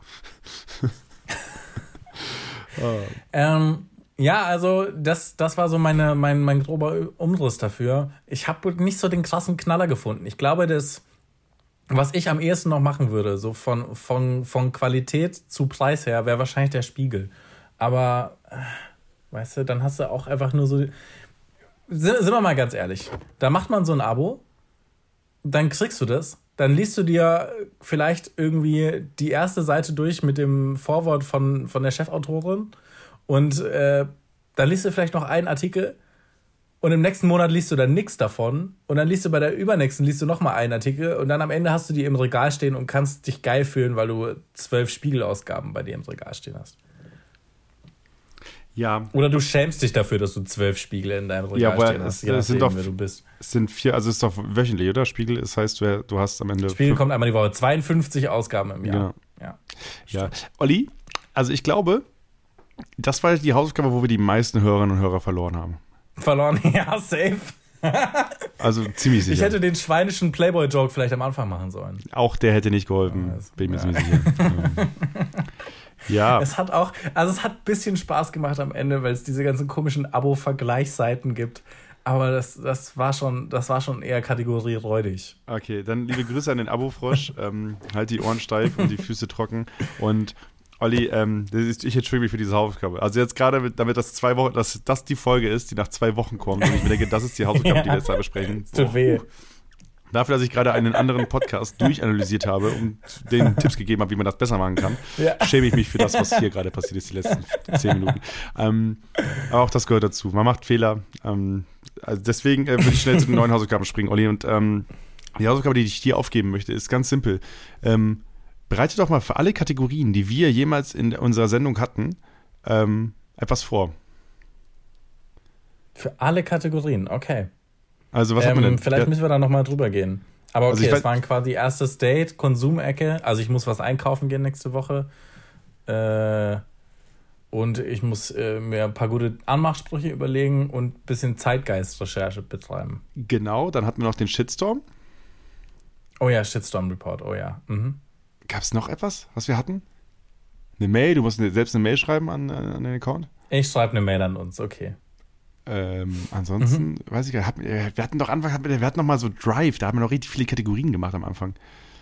Ähm, ja, also das, das war so meine, mein, mein grober Umriss dafür. Ich habe nicht so den krassen Knaller gefunden. Ich glaube, das, was ich am ehesten noch machen würde, so von, von, von Qualität zu Preis her, wäre wahrscheinlich der Spiegel. Aber, äh, weißt du, dann hast du auch einfach nur so... Sind, sind wir mal ganz ehrlich. Da macht man so ein Abo, dann kriegst du das, dann liest du dir vielleicht irgendwie die erste Seite durch mit dem Vorwort von, von der Chefautorin und äh, dann liest du vielleicht noch einen Artikel und im nächsten Monat liest du dann nichts davon und dann liest du bei der übernächsten liest du nochmal einen Artikel und dann am Ende hast du die im Regal stehen und kannst dich geil fühlen, weil du zwölf Spiegelausgaben bei dir im Regal stehen hast. Ja. Oder du schämst dich dafür, dass du zwölf Spiegel in deinem Regal ja, aber stehen hast. es, es sind doch, wer du bist. Es sind vier, also es ist doch wöchentlich, oder? Spiegel, das heißt, du, du hast am Ende... Spiegel kommt einmal die Woche, zweiundfünfzig Ausgaben im Jahr. Genau. Ja. Ja. Olli, also ich glaube, das war die Hausaufgabe, wo wir die meisten Hörerinnen und Hörer verloren haben. Verloren, ja, safe. Also ziemlich sicher. Ich hätte den schweinischen Playboy-Joke vielleicht am Anfang machen sollen. Auch der hätte nicht geholfen, Ja, das- bin ich mir ja. ziemlich sicher. Ja, Es hat auch, also es hat ein bisschen Spaß gemacht am Ende, weil es diese ganzen komischen Abo-Vergleichsseiten gibt. Aber das, das war schon, das war schon eher Kategorie räudig. okay, dann liebe Grüße an den Abo-Frosch. ähm, halt die Ohren steif und die Füße trocken. Und Olli, ähm, das ist, ich entschuldige mich für diese Hausaufgabe. Also jetzt gerade, mit- damit das zwei Wochen, dass das die Folge ist, die nach zwei Wochen kommt. Und ich mir denke, das ist die Hausaufgabe, Ja. die wir jetzt da besprechen. Es tut Boah. weh. Dafür, dass ich gerade einen anderen Podcast durchanalysiert habe und den Tipps gegeben habe, wie man das besser machen kann, Ja. schäme ich mich für das, was hier gerade passiert ist, die letzten zehn Minuten. Ähm, aber auch das gehört dazu. Man macht Fehler. Ähm, also deswegen äh, würde ich schnell zu den neuen Hausaufgaben springen, Olli. Und ähm, die Hausaufgabe, die ich dir aufgeben möchte, ist ganz simpel. Ähm, bereite doch mal für alle Kategorien, die wir jemals in unserer Sendung hatten, ähm, etwas vor. Für alle Kategorien, okay. Also was hat man Ähm, denn? vielleicht Ja, müssen wir da nochmal drüber gehen. Aber okay, Also ich weiß- es waren quasi erstes Date, Konsumecke. Also ich muss was einkaufen gehen nächste Woche. Äh, und ich muss äh, mir ein paar gute Anmachsprüche überlegen und ein bisschen Zeitgeist-Recherche betreiben. genau, dann hatten wir noch den Shitstorm. Oh ja, Shitstorm Report, oh ja. Mhm. Gab es noch etwas, was wir hatten? Eine Mail? Du musst eine, selbst eine Mail schreiben an, an den Account? Ich schreibe eine Mail an uns, okay. Ähm, ansonsten, weiß ich gar nicht, hat- äh, wir hatten doch Anfang, hatten wir wir hatten noch mal so Drive, da haben wir noch richtig viele Kategorien gemacht am Anfang.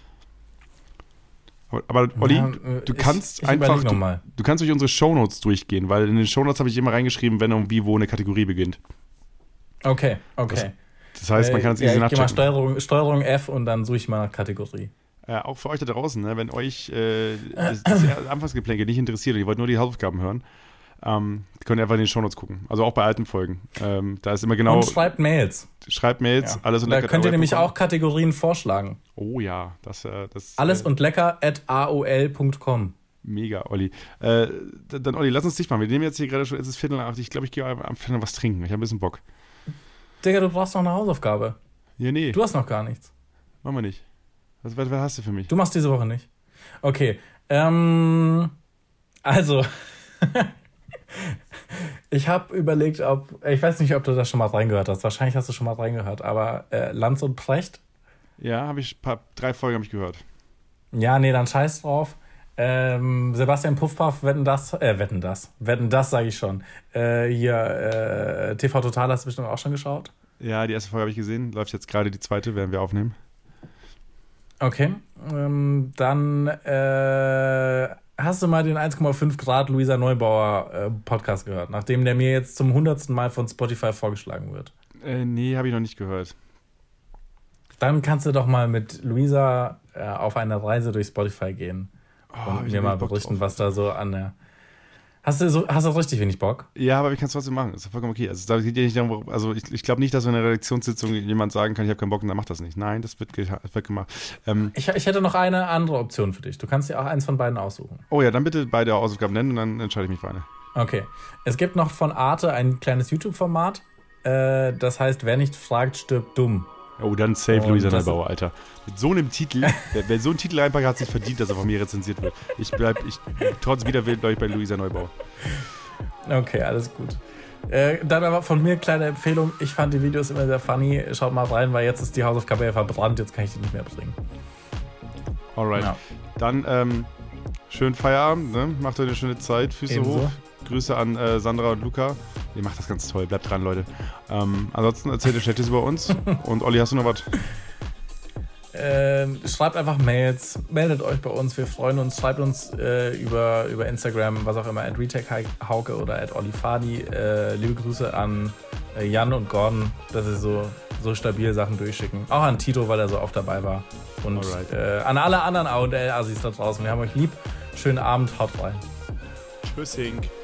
Aber, aber Olli, Ja, du, äh, du ich- kannst ich einfach, überleg noch du, mal. du kannst durch unsere Shownotes durchgehen, weil in den Shownotes habe ich immer reingeschrieben, wenn und wie, wo eine Kategorie beginnt. Okay, okay. Das heißt, man kann es Äh, ja, easy ich gehe mal nachchecken. Steuerung, Steuerung F und dann suche ich mal nach Kategorie. Ja, auch für euch da draußen, ne, wenn euch äh, das, das Anfangsgeplänkel nicht interessiert und ihr wollt nur die Hausaufgaben hören, ähm, könnt ihr einfach in den Shownotes gucken. Also auch bei alten Folgen. Ähm, da ist immer genau, Und schreibt Mails. schreibt Mails, Ja. alles und Da lecker. könnt ihr nämlich Arbeit auch Kategorien vorschlagen. bekommen. Oh ja, das, äh, das Alles äh, und lecker at a o l punkt com. mega, Olli. Äh, dann, Olli, lass uns dicht machen. Wir nehmen jetzt hier gerade schon, es ist Viertel nach acht. Ich glaube, ich gehe am Viertel was trinken. Ich habe ein bisschen Bock. Digga, du brauchst noch eine Hausaufgabe. Ja, nee, Du hast noch gar nichts. machen wir nicht. Was, was, was hast du für mich? Du machst diese Woche nicht. Okay. Ähm, also, ich habe überlegt, ob, ich weiß nicht, ob du das schon mal reingehört hast. Wahrscheinlich hast du schon mal reingehört, aber äh, Lanz und Precht? Ja, habe ich, paar, drei Folgen habe ich gehört. Ja, nee, dann scheiß drauf. Ähm, Sebastian Puffpaff, wetten das, äh, wetten das, wetten das, sage ich schon. Äh, hier, äh, T V Total hast du bestimmt auch schon geschaut. Ja, die erste Folge habe ich gesehen. Läuft jetzt gerade die zweite, werden wir aufnehmen. Okay, ähm, dann äh, hast du mal den eins Komma fünf Grad Luisa Neubauer äh, Podcast gehört, nachdem der mir jetzt zum hundertsten Mal von Spotify vorgeschlagen wird. Äh, nee, habe ich noch nicht gehört. Dann kannst du doch mal mit Luisa äh, auf eine Reise durch Spotify gehen Oh, und ich mir hab mal Bock berichten, drauf. was da so an der... Hast du, so, hast du richtig wenig Bock? Ja, aber ich kann es trotzdem machen. Ist ja vollkommen okay. Also, da geht ja nicht darum, also ich, ich glaube nicht, dass in einer Redaktionssitzung jemand sagen kann, ich habe keinen Bock und dann macht das nicht. Nein, das wird, ge- wird gemacht. Ähm, Ich, ich hätte noch eine andere Option für dich. Du kannst dir auch eins von beiden aussuchen. oh ja, dann bitte beide Hausaufgaben nennen und dann entscheide ich mich für eine. Okay. Es gibt noch von Arte ein kleines YouTube-Format. Äh, das heißt, wer nicht fragt, stirbt dumm. Oh, dann safe Und Luisa das- Neubauer, Alter. Mit so einem Titel, wer, wer so einen Titel reinpackt, hat sich verdient, dass er von mir rezensiert wird. Ich bleib, ich, trotz Widerwillen, bleibe ich bei Luisa Neubauer. Okay, alles gut. Äh, dann aber von mir kleine Empfehlung. Ich fand die Videos immer sehr funny. Schaut mal rein, weil jetzt ist die Hausaufgabe ja verbrannt. Jetzt kann ich die nicht mehr bringen. Alright. Ja. Dann ähm, schönen Feierabend, ne? Macht euch eine schöne Zeit. Füße Ebenso. hoch. Grüße an äh, Sandra und Luca. Ihr macht das ganz toll. Bleibt dran, Leute. Ähm, ansonsten erzählt ihr Schlechtes über uns. Und Olli, hast du noch was? Ähm, schreibt einfach Mails, meldet euch bei uns, wir freuen uns, schreibt uns äh, über, über Instagram, was auch immer, at retechhauke oder at olifadi. Äh, liebe Grüße an äh, Jan und Gordon, dass sie so so stabil Sachen durchschicken. Auch an Tito, weil er so oft dabei war. Und äh, an alle anderen A und L-Assis da draußen. Wir haben euch lieb. Schönen Abend, haut rein. Tschüssing.